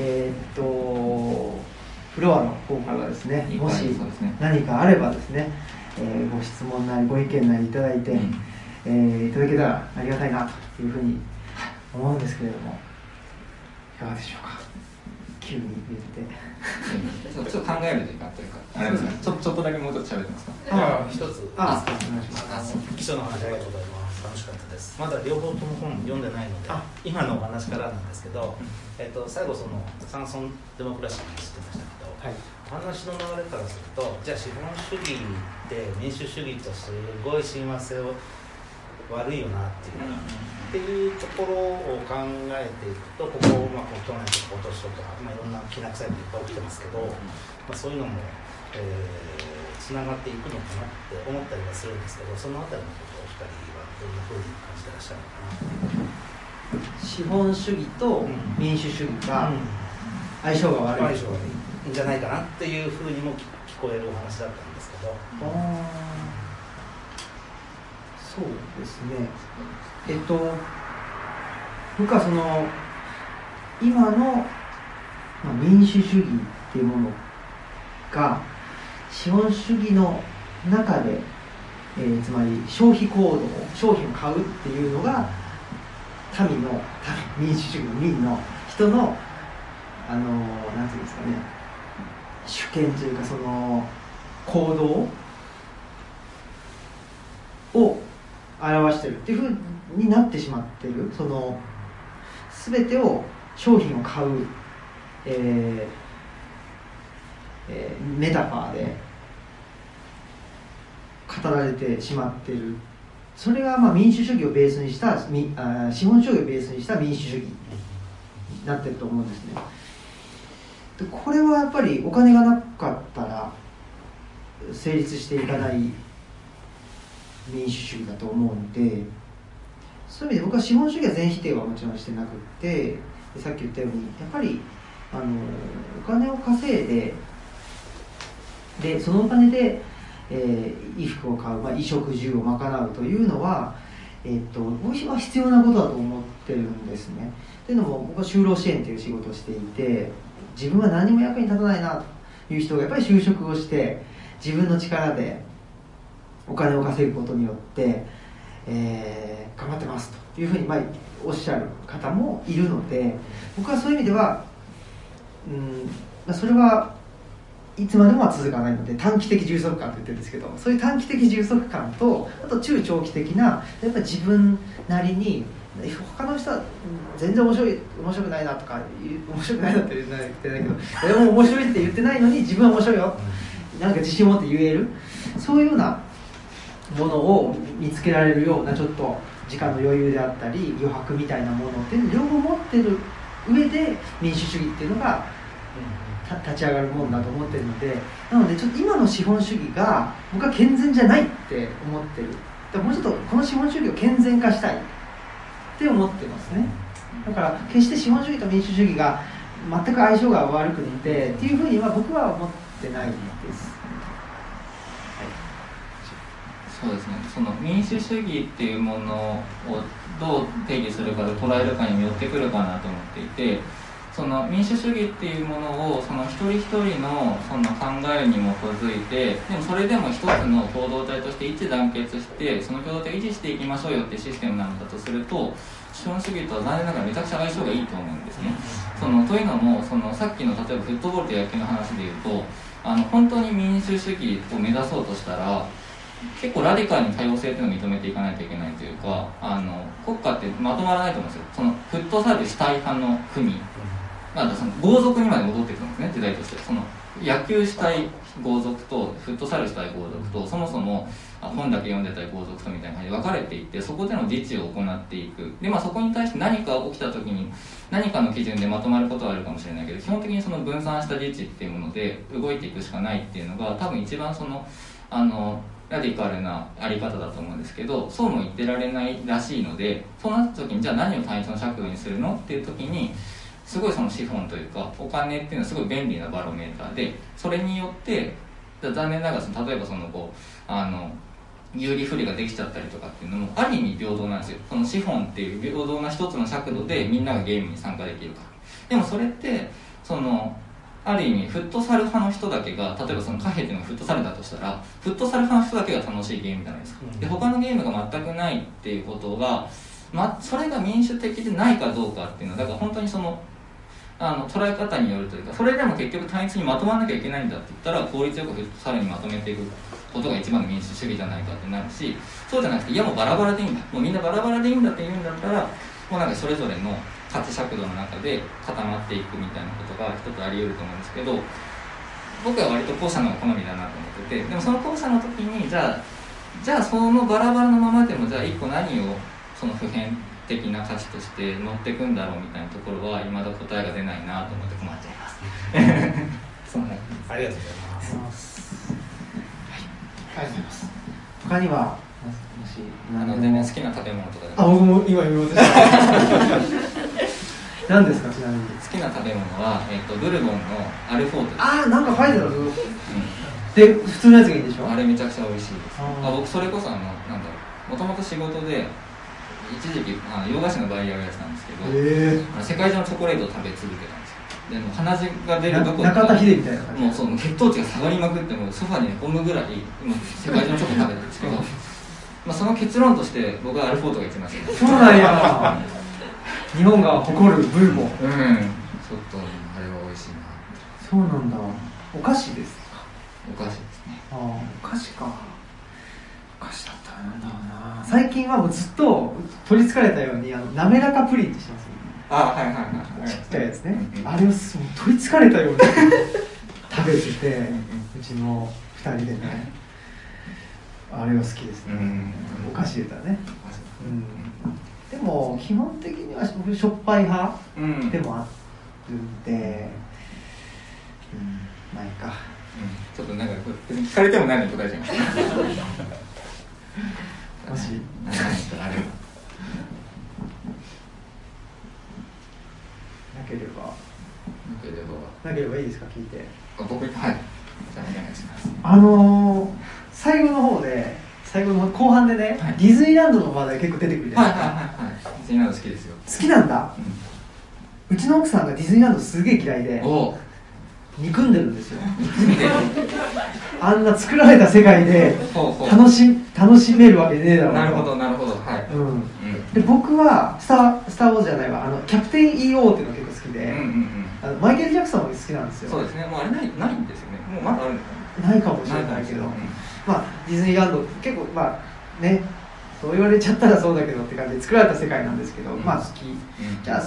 フロアの方からですね、もし何かあればですね、ご質問なりご意見なりいただいて、いただけたらありがたいなというふうに思うんですけれども、いかがでしょうか。急に言ってちょっと考える時間というか、あれですね、ちょっとだけもうちょっと喋ってますか。 一つお願いします。基礎の話ありがとうございます。楽しかったです。まだ両方とも本読んでないので、今のお話からなんですけど、最後その山村デモクラシーにしてましたけど、話の流れからすると、じゃあ資本主義って民主主義とすごい親和性を悪いよなっていうところを考えていくと、ここ去年とか今年とか、いろんなきな臭いこといっぱい起きてますけど、そういうのもつながっていくのかなって思ったりはするんですけど、そのあたりのことをお二人はどんなふうに感じてらっしゃるのかな。 資本主義と民主主義が相性が悪い、 相性が悪いんじゃないかなっていうふうにも聞こえるお話だったんですけど。 そうですね。僕はその今の、民主主義っていうものが資本主義の中で、つまり消費行動、商品を買うっていうのが民主主義の民の人のなんていうんですかね、主権というかその行動を表してるっていうふうになってしまってる。その全てを商品を買う、メタファーで語られてしまってる。それが民主主義をベースにした資本主義をベースにした民主主義になってると思うんですね。でこれはやっぱりお金がなかったら成立していかない民主主義だと思うので、そういう意味で僕は資本主義は全否定はもちろんしてなくって、さっき言ったようにやっぱりお金を稼いでそのお金で、衣服を買う、衣食住を賄うというのは、僕は必要なことだと思ってるんですね。というのも僕は就労支援という仕事をしていて、自分は何も役に立たないな、 いう人がやっぱり就職をして自分の力でお金を稼ぐことによって、頑張ってますというふうにおっしゃる方もいるので、僕はそういう意味では、それはいつまでもは続かないので短期的充足感と言ってるんですけど、そういう短期的充足感とあと中長期的なやっぱり自分なりに他の人は全然面白くないなとか面白くないなって言ってないけど誰も面白いって言ってないのに自分は面白いよなんか自信を持って言える、そういうようなものを見つけられるようなちょっと時間の余裕であったり余白みたいなものっていうのを両方持ってる上で民主主義っていうのが立ち上がるもんだと思ってるので、なのでちょっと今の資本主義が僕は健全じゃないって思ってる。でもうちょっとこの資本主義を健全化したいって思ってますね。だから決して資本主義と民主主義が全く相性が悪くてっていうふうには僕は思ってないです。 そうですね、その民主主義っていうものをどう定義するかで捉えるかにもよってくるかなと思っていて、その民主主義っていうものをその一人一人のその考えに基づいて、でもそれでも一つの共同体として一致団結してその共同体を維持していきましょうよっていうシステムなんだとすると、資本主義とは残念ながらめちゃくちゃ相性がいいと思うんですね。というのもさっきの例えばフットボールと野球の話でいうと本当に民主主義を目指そうとしたら結構ラディカルに多様性というのを認めていかないといけないというか、国家ってまとまらないと思うんですよ。フットサル主体派の国豪族にまで戻ってくるんですね、時代として。野球主体豪族とフットサル主体豪族とそもそも本だけ読んでたり豪族とみたいな感じで分かれていって、そこでの自治を行っていく。でそこに対して何か起きた時に何かの基準でまとまることはあるかもしれないけど、基本的に分散した自治っていうもので動いていくしかないっていうのが多分一番ラディカルなあり方だと思うんですけど、そうも言ってられないらしいので、そうなった時にじゃあ何を単一の尺度にするのっていう時にすごい資本というかお金っていうのはすごい便利なバロメーターで、それによって残念ながら例えば有利不利ができちゃったりとかっていうのもある意味平等なんですよ。資本っていう平等な一つの尺度でみんながゲームに参加できるから。でもそれってある意味フットサル派の人だけが、例えば貨幣っていうのがフットサルだとしたらフットサル派の人だけが楽しいゲームじゃないですか。で他のゲームが全くないっていうことが、それが民主的でないかどうかっていうのはだから本当に捉え方によるというか、それでも結局単一にまとまらなきゃいけないんだって言ったら効率よくフットサルにまとめていくことが一番の民主主義じゃないかってなるし、そうじゃなくていやもうバラバラでいいんだ、もうみんなバラバラでいいんだって言うんだったらもうそれぞれの価値尺度の中で固まっていくみたいなことが一つあり得ると思うんですけど、僕は割と後者の好みだなと思ってて、でもその後者の時にじゃあそのバラバラのままでもじゃあ一個何を普遍的な価値として乗っていくんだろうみたいなところは未だ答えが出ないなと思って困っちゃいますそうなんです。 ありがとうございます。 ありがとうございます。他にはもし全然好きな食べ物とかでも。 僕も今言おうとした何ですかちなみに。 好きな食べ物は、ブルボンのアルフォートです。 なんか書いてある、で普通のやつがいいんでしょ。 あれめちゃくちゃ美味しいです。僕それこそもともと仕事で一時期洋菓子のバイヤーをやってたんですけど、世界中のチョコレートを食べ続けたんですよ。でも鼻血が出るどころか中田秀みたいな感じ、 もう血糖値が下がりまくってもうソファに寝込むぐらい世界中のチョコ食べてるんですけどその結論として僕はアルフォートが一番好きです。 そうなんや日本が誇るブルボン。ちょっとあれは美味しいな。 そうなんだ。お菓子ですか。 お菓子ですね。 お菓子か。お菓子だったらなんだろうな。最近はもうずっと取りつかれたように滑らかプリンってしますよね。 はいはいはい。 ちっちゃいやつね。あれを取りつかれたように食べててうちの2人でね。あれが好きですね。お菓子でたらね。でも基本的には僕しょっぱい派でもあるんで、まあいいか。 ちょっと聞かれても何に答えちゃいました。 もしあれなければいいですか、聞いて。 僕はい。じゃあお願いします。 最後の後半でね、ディズニーランドの話題結構出てくるじゃないですか。 ディズニーランド好きですよ。 好きなんだ。うちの奥さんがディズニーランドすげえ嫌いで、 憎んでるんですよあんな作られた世界で楽しめるわけねえだろう。 なるほどなるほど、はい、 うん、で僕はスター・ウォーズじゃないわ、キャプテン EO っていうのが結構好きで、マイケル・ジャクソンも好きなんですよ。 そうですね、もうあれないんですよね、もうまだあるんですかね。 ないかもしれないけど、まあディズニーランド結構まあね、そう言われちゃったらそうだけどって感じで作られた世界なんですけど、まあ好き、じゃあ好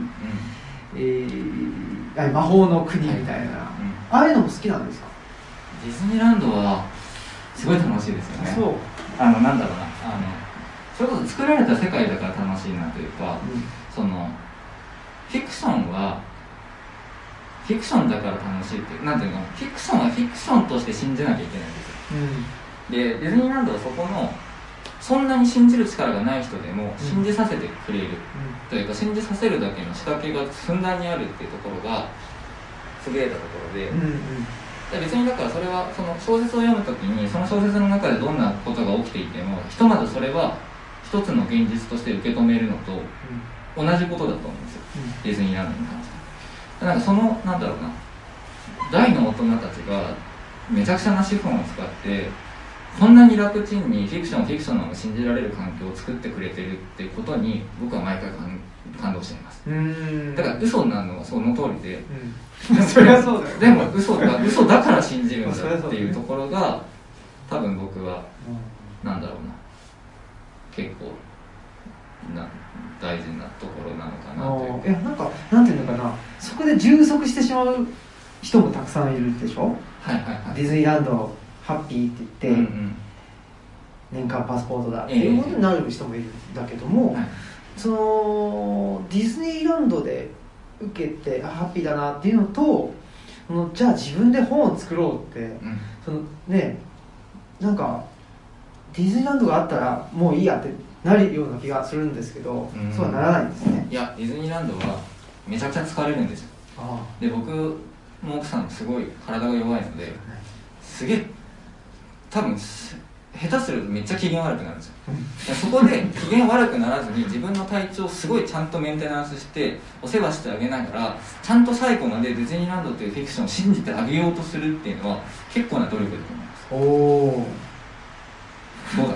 き、魔法の国みたいな、ああいうのも好きなんですか？ ディズニーランドはすごい楽しいですよね。 そうなんだろうな、それこそ作られた世界だから楽しいなというか、そのフィクションはフィクションだから楽しいっていう、なんていうの、フィクションはフィクションとして信じなきゃいけないんですよ、でディズニーランドはそこのそんなに信じる力がない人でも信じさせてくれる、というか信じさせるだけの仕掛けがふんだんにあるっていうところが優れたところで、別にだからそれはその小説を読むときにその小説の中でどんなことが起きていてもひとまずそれは一つの現実として受け止めるのと同じことだと思うんですよ、ディズニーランドに関しては。なんかそのなんだろうな、大の大人たちがめちゃくちゃな資本を使ってこんなに楽ちんにフィクションなのが信じられる環境を作ってくれてるってことに僕は毎回感動しています。だから嘘になるのはその通りで、 それはそうだよ、 でも嘘だから信じるんだっていうところが多分僕はなんだろうな、結構大事なところなのかなという。 なんかなんていうのかな、そこで充足してしまう人もたくさんいるでしょ。ディズニーランドハッピーって言って、年間パスポートだっていうことになる人もいるんだけども、そのディズニーランドで受けてハッピーだなっていうのと、じゃあ自分で本を作ろうって、そのね、なんかディズニーランドがあったらもういいやってなるような気がするんですけど、そうはならないんですね。 いや、ディズニーランドはめちゃくちゃ疲れるんですよ。で、僕も奥さんすごい体が弱いので、すげえ多分下手するとめっちゃ機嫌悪くなるんですよ、そこで機嫌悪くならずに自分の体調をすごいちゃんとメンテナンスしてお世話してあげながら、ちゃんと最後までディズニーランドというフィクションを信じてあげようとするっていうのは結構な努力だと思います。どうだ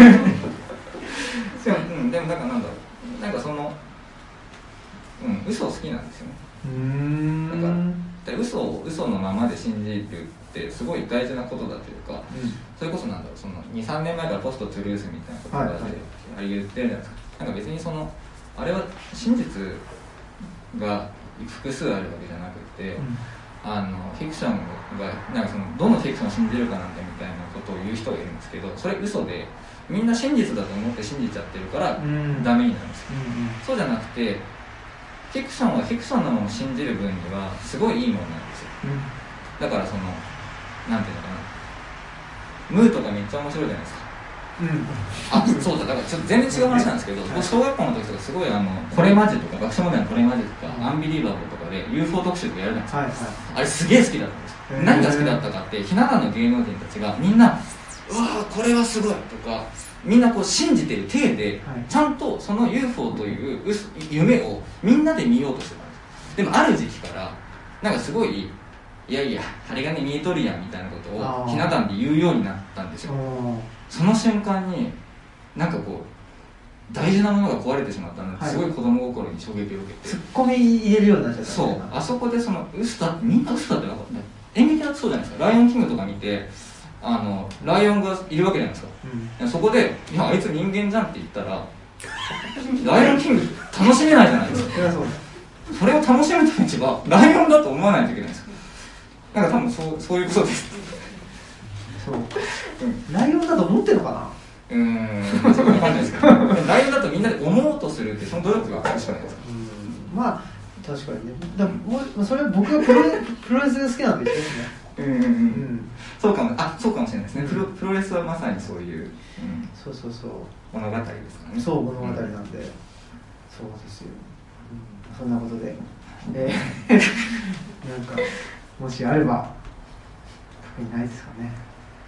ろうでもなんかなんだろう、なんかその嘘好きなんですよね。なんか嘘のままで信じるってすごい大事なことだというか、それこそなんだろう、その 2,3 年前からポストトゥルースみたいなことがあれ言ってるじゃないですか。なんか別にそのあれは真実が複数あるわけじゃなくて、フィクションがなんかそのどのフィクションを信じるかなんてみたいなことを言う人がいるんですけど、それ嘘でみんな真実だと思って信じちゃってるからダメになるんですよ、そうじゃなくてフィクションはフィクションのものを信じる分にはすごいいいものなんですよ、だからそのなんていうのかな、ムーとかめっちゃ面白いじゃないですか、そうだ、だからちょっと全然違う話なんですけど、僕小学校の時とかすごいこれマジとか学者問題のこれマジとか、アンビリーバボーとかで UFO 特集とかやるじゃないですか、あれすげえ好きだったんですよ、何が好きだったかってひな壇の芸能人たちがみんなうわーこれはすごいとかみんなこう信じてる体で、ちゃんとその UFO という夢をみんなで見ようとしてたんです。でもある時期からなんかすごいいやいや針金見えとるやんみたいなことをひな壇で言うようになったんですよ。その瞬間になんかこう大事なものが壊れてしまったのですごい子供心に衝撃を受けて、 ツッコミ入れるようになっちゃった、 そう、あそこでその嘘だってみんな嘘だってなかった、演劇だってそうじゃないですか。ライオンキングとか見てライオンがいるわけじゃないですか、そこでいやあいつ人間じゃんって言ったらライオンキング楽しめないじゃないですかそれを楽しむためにはライオンだと思わないといけないんですよ。なんか多分そういうことですそう、ライオンだと思ってるのかな、 分かんないですけどライオンだとみんなで思おうとするってその努力があるしかないですか。 まあ確かにね、それは僕がプロレスが好きなんでしょうね。 そうかもしれないですね、プロレスはまさにそういう、 そう物語ですかね。 そう物語なんで、そうですよ、そんなことで、なんかもしあれば特にないですかね。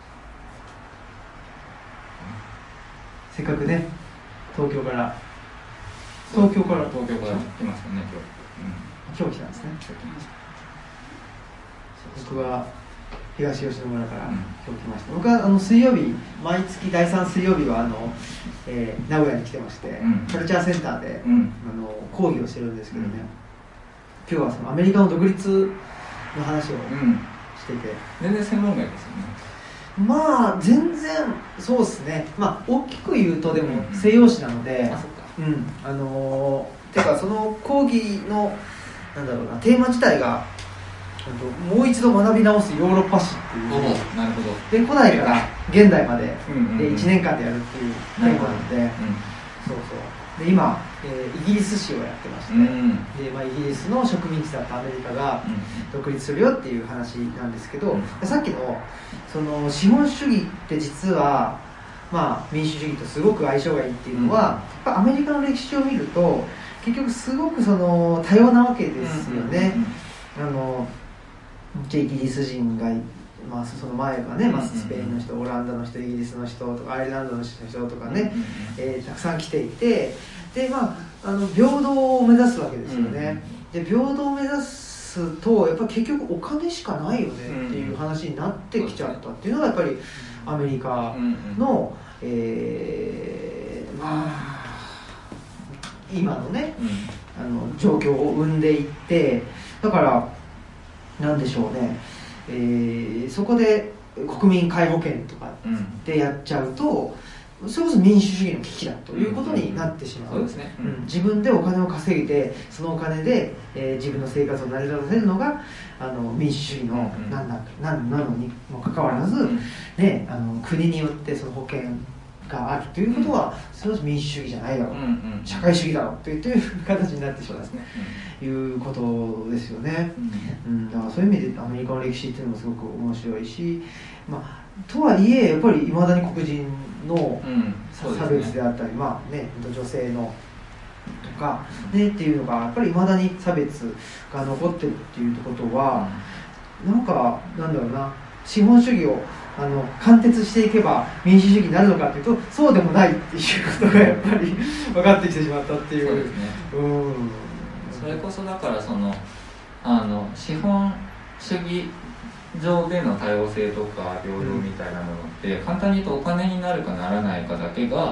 せっかくね東京から来ましたね。今日来たんですね。 僕は東吉野村から今日来ました。僕は水曜日、毎月第3水曜日は名古屋に来てまして、カルチャーセンターで、講義をしてるんですけどね、今日はそのアメリカの独立の話をしてて、 全然専門外ですよね。 まあ全然そうですね。まあ大きく言うとでも西洋史なので、てかその講義のなんだろうな、テーマ自体がもう一度学び直すヨーロッパ史っていう、 なるほど。 で古代から現代まで、で1年間でやるっていうテーマなので、そうそうで今、イギリス史をやってまして、でイギリスの植民地だったアメリカが独立するよっていう話なんですけど、さっきのその資本主義って実は、まあ、民主主義とすごく相性がいいっていうのは、やっぱアメリカの歴史を見ると結局すごくその多様なわけですよね。イギリス人が、まあ、その前はね、スペインの人、オランダの人、イギリスの人とかアイルランドの人とかね、たくさん来ていて、で、まあ、平等を目指すわけですよね。で平等を目指すとやっぱり結局お金しかないよねっていう話になってきちゃったっていうのがやっぱりアメリカの、まあ、今のね、状況を生んでいって、だからなんでしょうね、そこで国民皆保険とかでやっちゃうと、それこそ民主主義の危機だということになってしまう。自分でお金を稼いで、そのお金で、自分の生活を成り立たせるのが民主主義の何なのにもかかわらず、ね、国によってその保険があるということは、それは民主主義じゃないだろう、社会主義だろうという形になってしまうということですよね。だからそういう意味でアメリカの歴史っていうのもすごく面白いし、まあとはいえやっぱりいまだに黒人の差別であったり、まあね、女性のとか、ね、っていうのがやっぱりいまだに差別が残ってるっていうことは、なんだろうな、資本主義を貫徹していけば民主主義になるのかというと、そうでもないっていうことがやっぱり分かってきてしまったっていう。 そうですね。それこそだからその資本主義上での多様性とか平等みたいなものって簡単に言うとお金になるかならないかだけが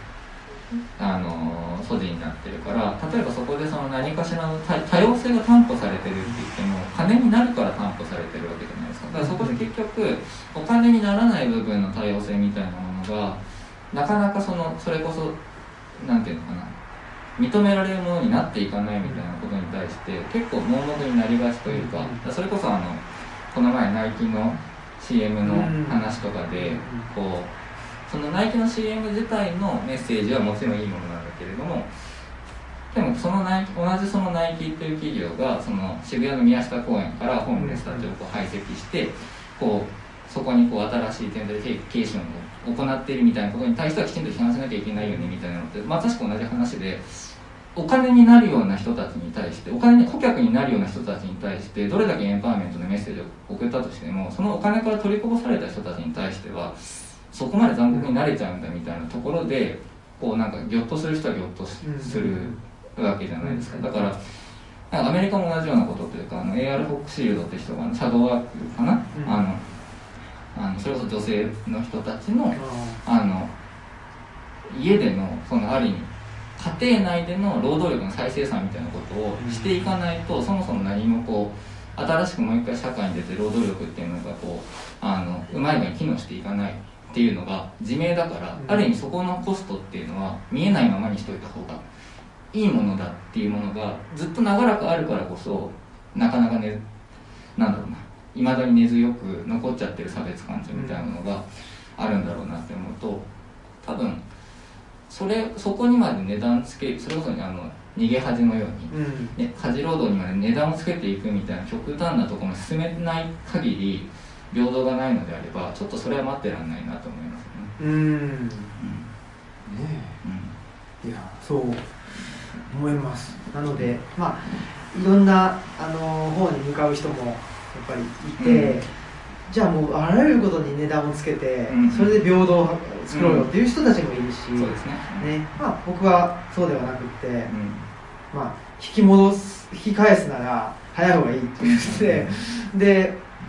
素地になってるから、例えばそこでその何かしらの多様性が担保されてるって言っても金になるから担保されてるわけじゃないですか。だからそこで結局お金にならない部分の多様性みたいなものがなかなかそれこそなんていうのかな、認められるものになっていかないみたいなことに対して結構盲目になりがちというか、それこそこの前ナイキの CM の話とかでこうそのナイキの CM 自体のメッセージはもちろんいいものなんだけれども、でも同じそのナイキっていう企業がその渋谷の宮下公園からホームレスたちをこう排斥してそこに新しいテントリフィケーションを行っているみたいなことに対してはきちんと批判しなきゃいけないよねみたいなのって、まあ確か同じ話で、お金になるような人たちに対して、お金に顧客になるような人たちに対してどれだけエンパワーメントのメッセージを送ったとしても、そのお金から取りこぼされた人たちに対してはそこまで残酷になれちゃうんだみたいなところでなんかギョッとする人はギョッとするわけじゃないですか。だからアメリカも同じようなことというか、AR フォックシールドって人がシャドーワークかな、それこそ女性の人たちの家でのある意味家庭内での労働力の再生産みたいなことをしていかないと、そもそも何も新しくもう一回社会に出て労働力っていうのがうまい具合に機能していかないっていうのが自明だから、ある意味そこのコストっていうのは見えないままにしといた方がいいものだっていうものがずっと長らくあるからこそ、なかなかね、なんだろうな、いまだに根強く残っちゃってる差別感情みたいなものがあるんだろうなって思うと、多分そこにまで値段つけ、それこそ逃げ恥のように、家事労働にまで値段をつけていくみたいな極端なところに進めない限り平等がないのであれば、ちょっとそれは待ってらんないなと思いますね。 いや、そう思います。なので、まあいろんな方に向かう人もやっぱりいて、じゃあもうあらゆることに値段をつけて、それで平等を作ろうよっていう人たちもいるし、そうですね。まあ僕はそうではなくて、まあ引き返すなら早い方がいいって言ってで、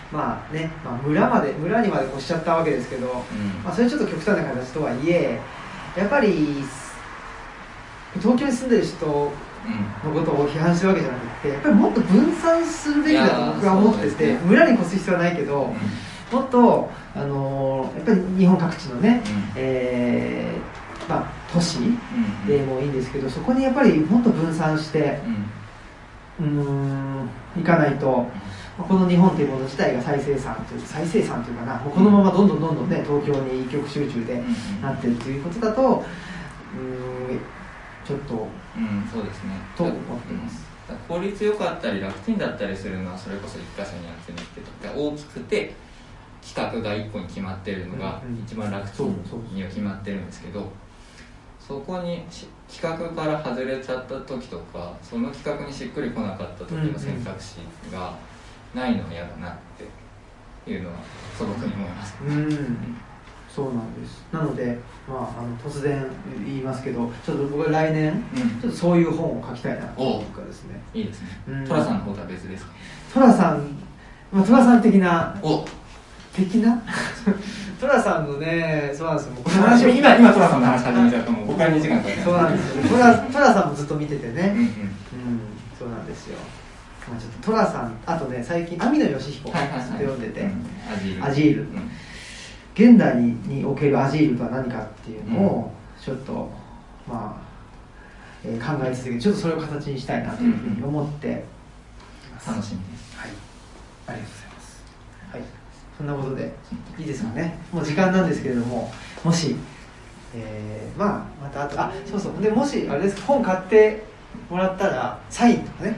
まあね、まあ、村にまで越しちゃったわけですけど、まあ、それはちょっと極端な形とはいえ、やっぱり東京に住んでる人のことを批判してるわけじゃなくて、やっぱりもっと分散するべきだと僕は思ってて、村に越す必要はないけど、もっと、やっぱり日本各地のね、まあ、都市でもいいんですけど、そこにやっぱりもっと分散していかないと、この日本というもの自体が再生産というかな、もうこのままどんどんね、東京に一極集中でなっているということだと、ちょっと、 そうですね、 と思ってます。 効率よかったり楽ちんだったりするのはそれこそ一箇所に集めてとか、大きくて企画が1個に決まってるのが一番楽ちんには決まってるんですけど、そこに企画から外れちゃった時とか、その企画にしっくりこなかった時の選択肢がないのは嫌だなっていうのは素朴に思います。 そうなんです。なので、まあ、突然言いますけど、ちょっと僕は来年、ちょっとそういう本を書きたいなというかですね。 いいですね。寅さんの方とは別ですか？ 寅さん、まあ、寅さん的な寅さんのね、そうなんですよ。この話を今寅さんの話始めちゃうともう僕は2時間かかる。そうなんですよ。寅さんもずっと見ててね。そうなんですよ。まあちょっと寅さん、あとね、最近網野義彦ずっと読んでて、アジール。現代におけるアジールとは何かっていうのをちょっとまあ、考え続けて、ちょっとそれを形にしたいなというふうに思っています。 楽しみです。 はい、ありがとうございます。はい、そんなことでいいですかね。もう時間なんですけれども、もし、まあまたそうで、もしあれです、本買ってもらったらサインとかね。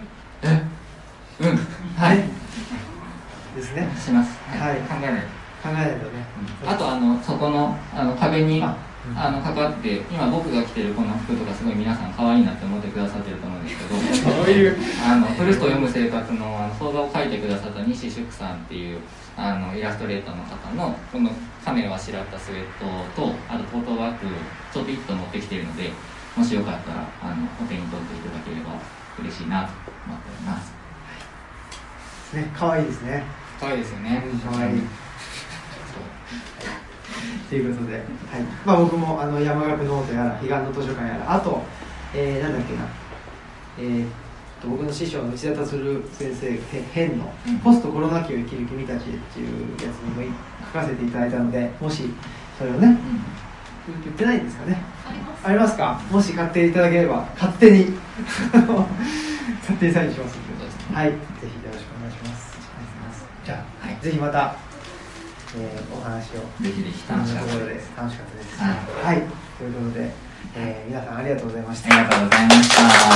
はい。 ですね。 します。 はい。 考えない。 考えないとね。 あとそこの壁にかかって、今僕が着てるこの服とかすごい皆さん可愛いなって思ってくださってると思うんですけど、そういうフルスト読む生活の相場を描いてくださった西祝さんっていうイラストレーターの方のこのカメラをあしらったスウェットと、あとトートバッグちょっと1個持ってきてるので、もしよかったらお手に取っていただければ嬉しいなと思っております。 ね、可愛いですね。 可愛いですよね。 可愛い。ということで、はい、まあ、僕も山岳ノートやら彼岸の図書館やら、あと、なんだっけな、僕の師匠の内田達先生編のポストコロナ期を生きる君たちっていうやつにも書かせていただいたので、もしそれをね、言ってないんですかね。ありますか？もし買っていただければ勝手に勝手にサインしますので、はい、ぜひよろしくお願いします。じゃあ、はい、ぜひまたお話をぜひ楽しかったです。楽しかったです。はい、ということで、皆さんありがとうございました。 ありがとうございました。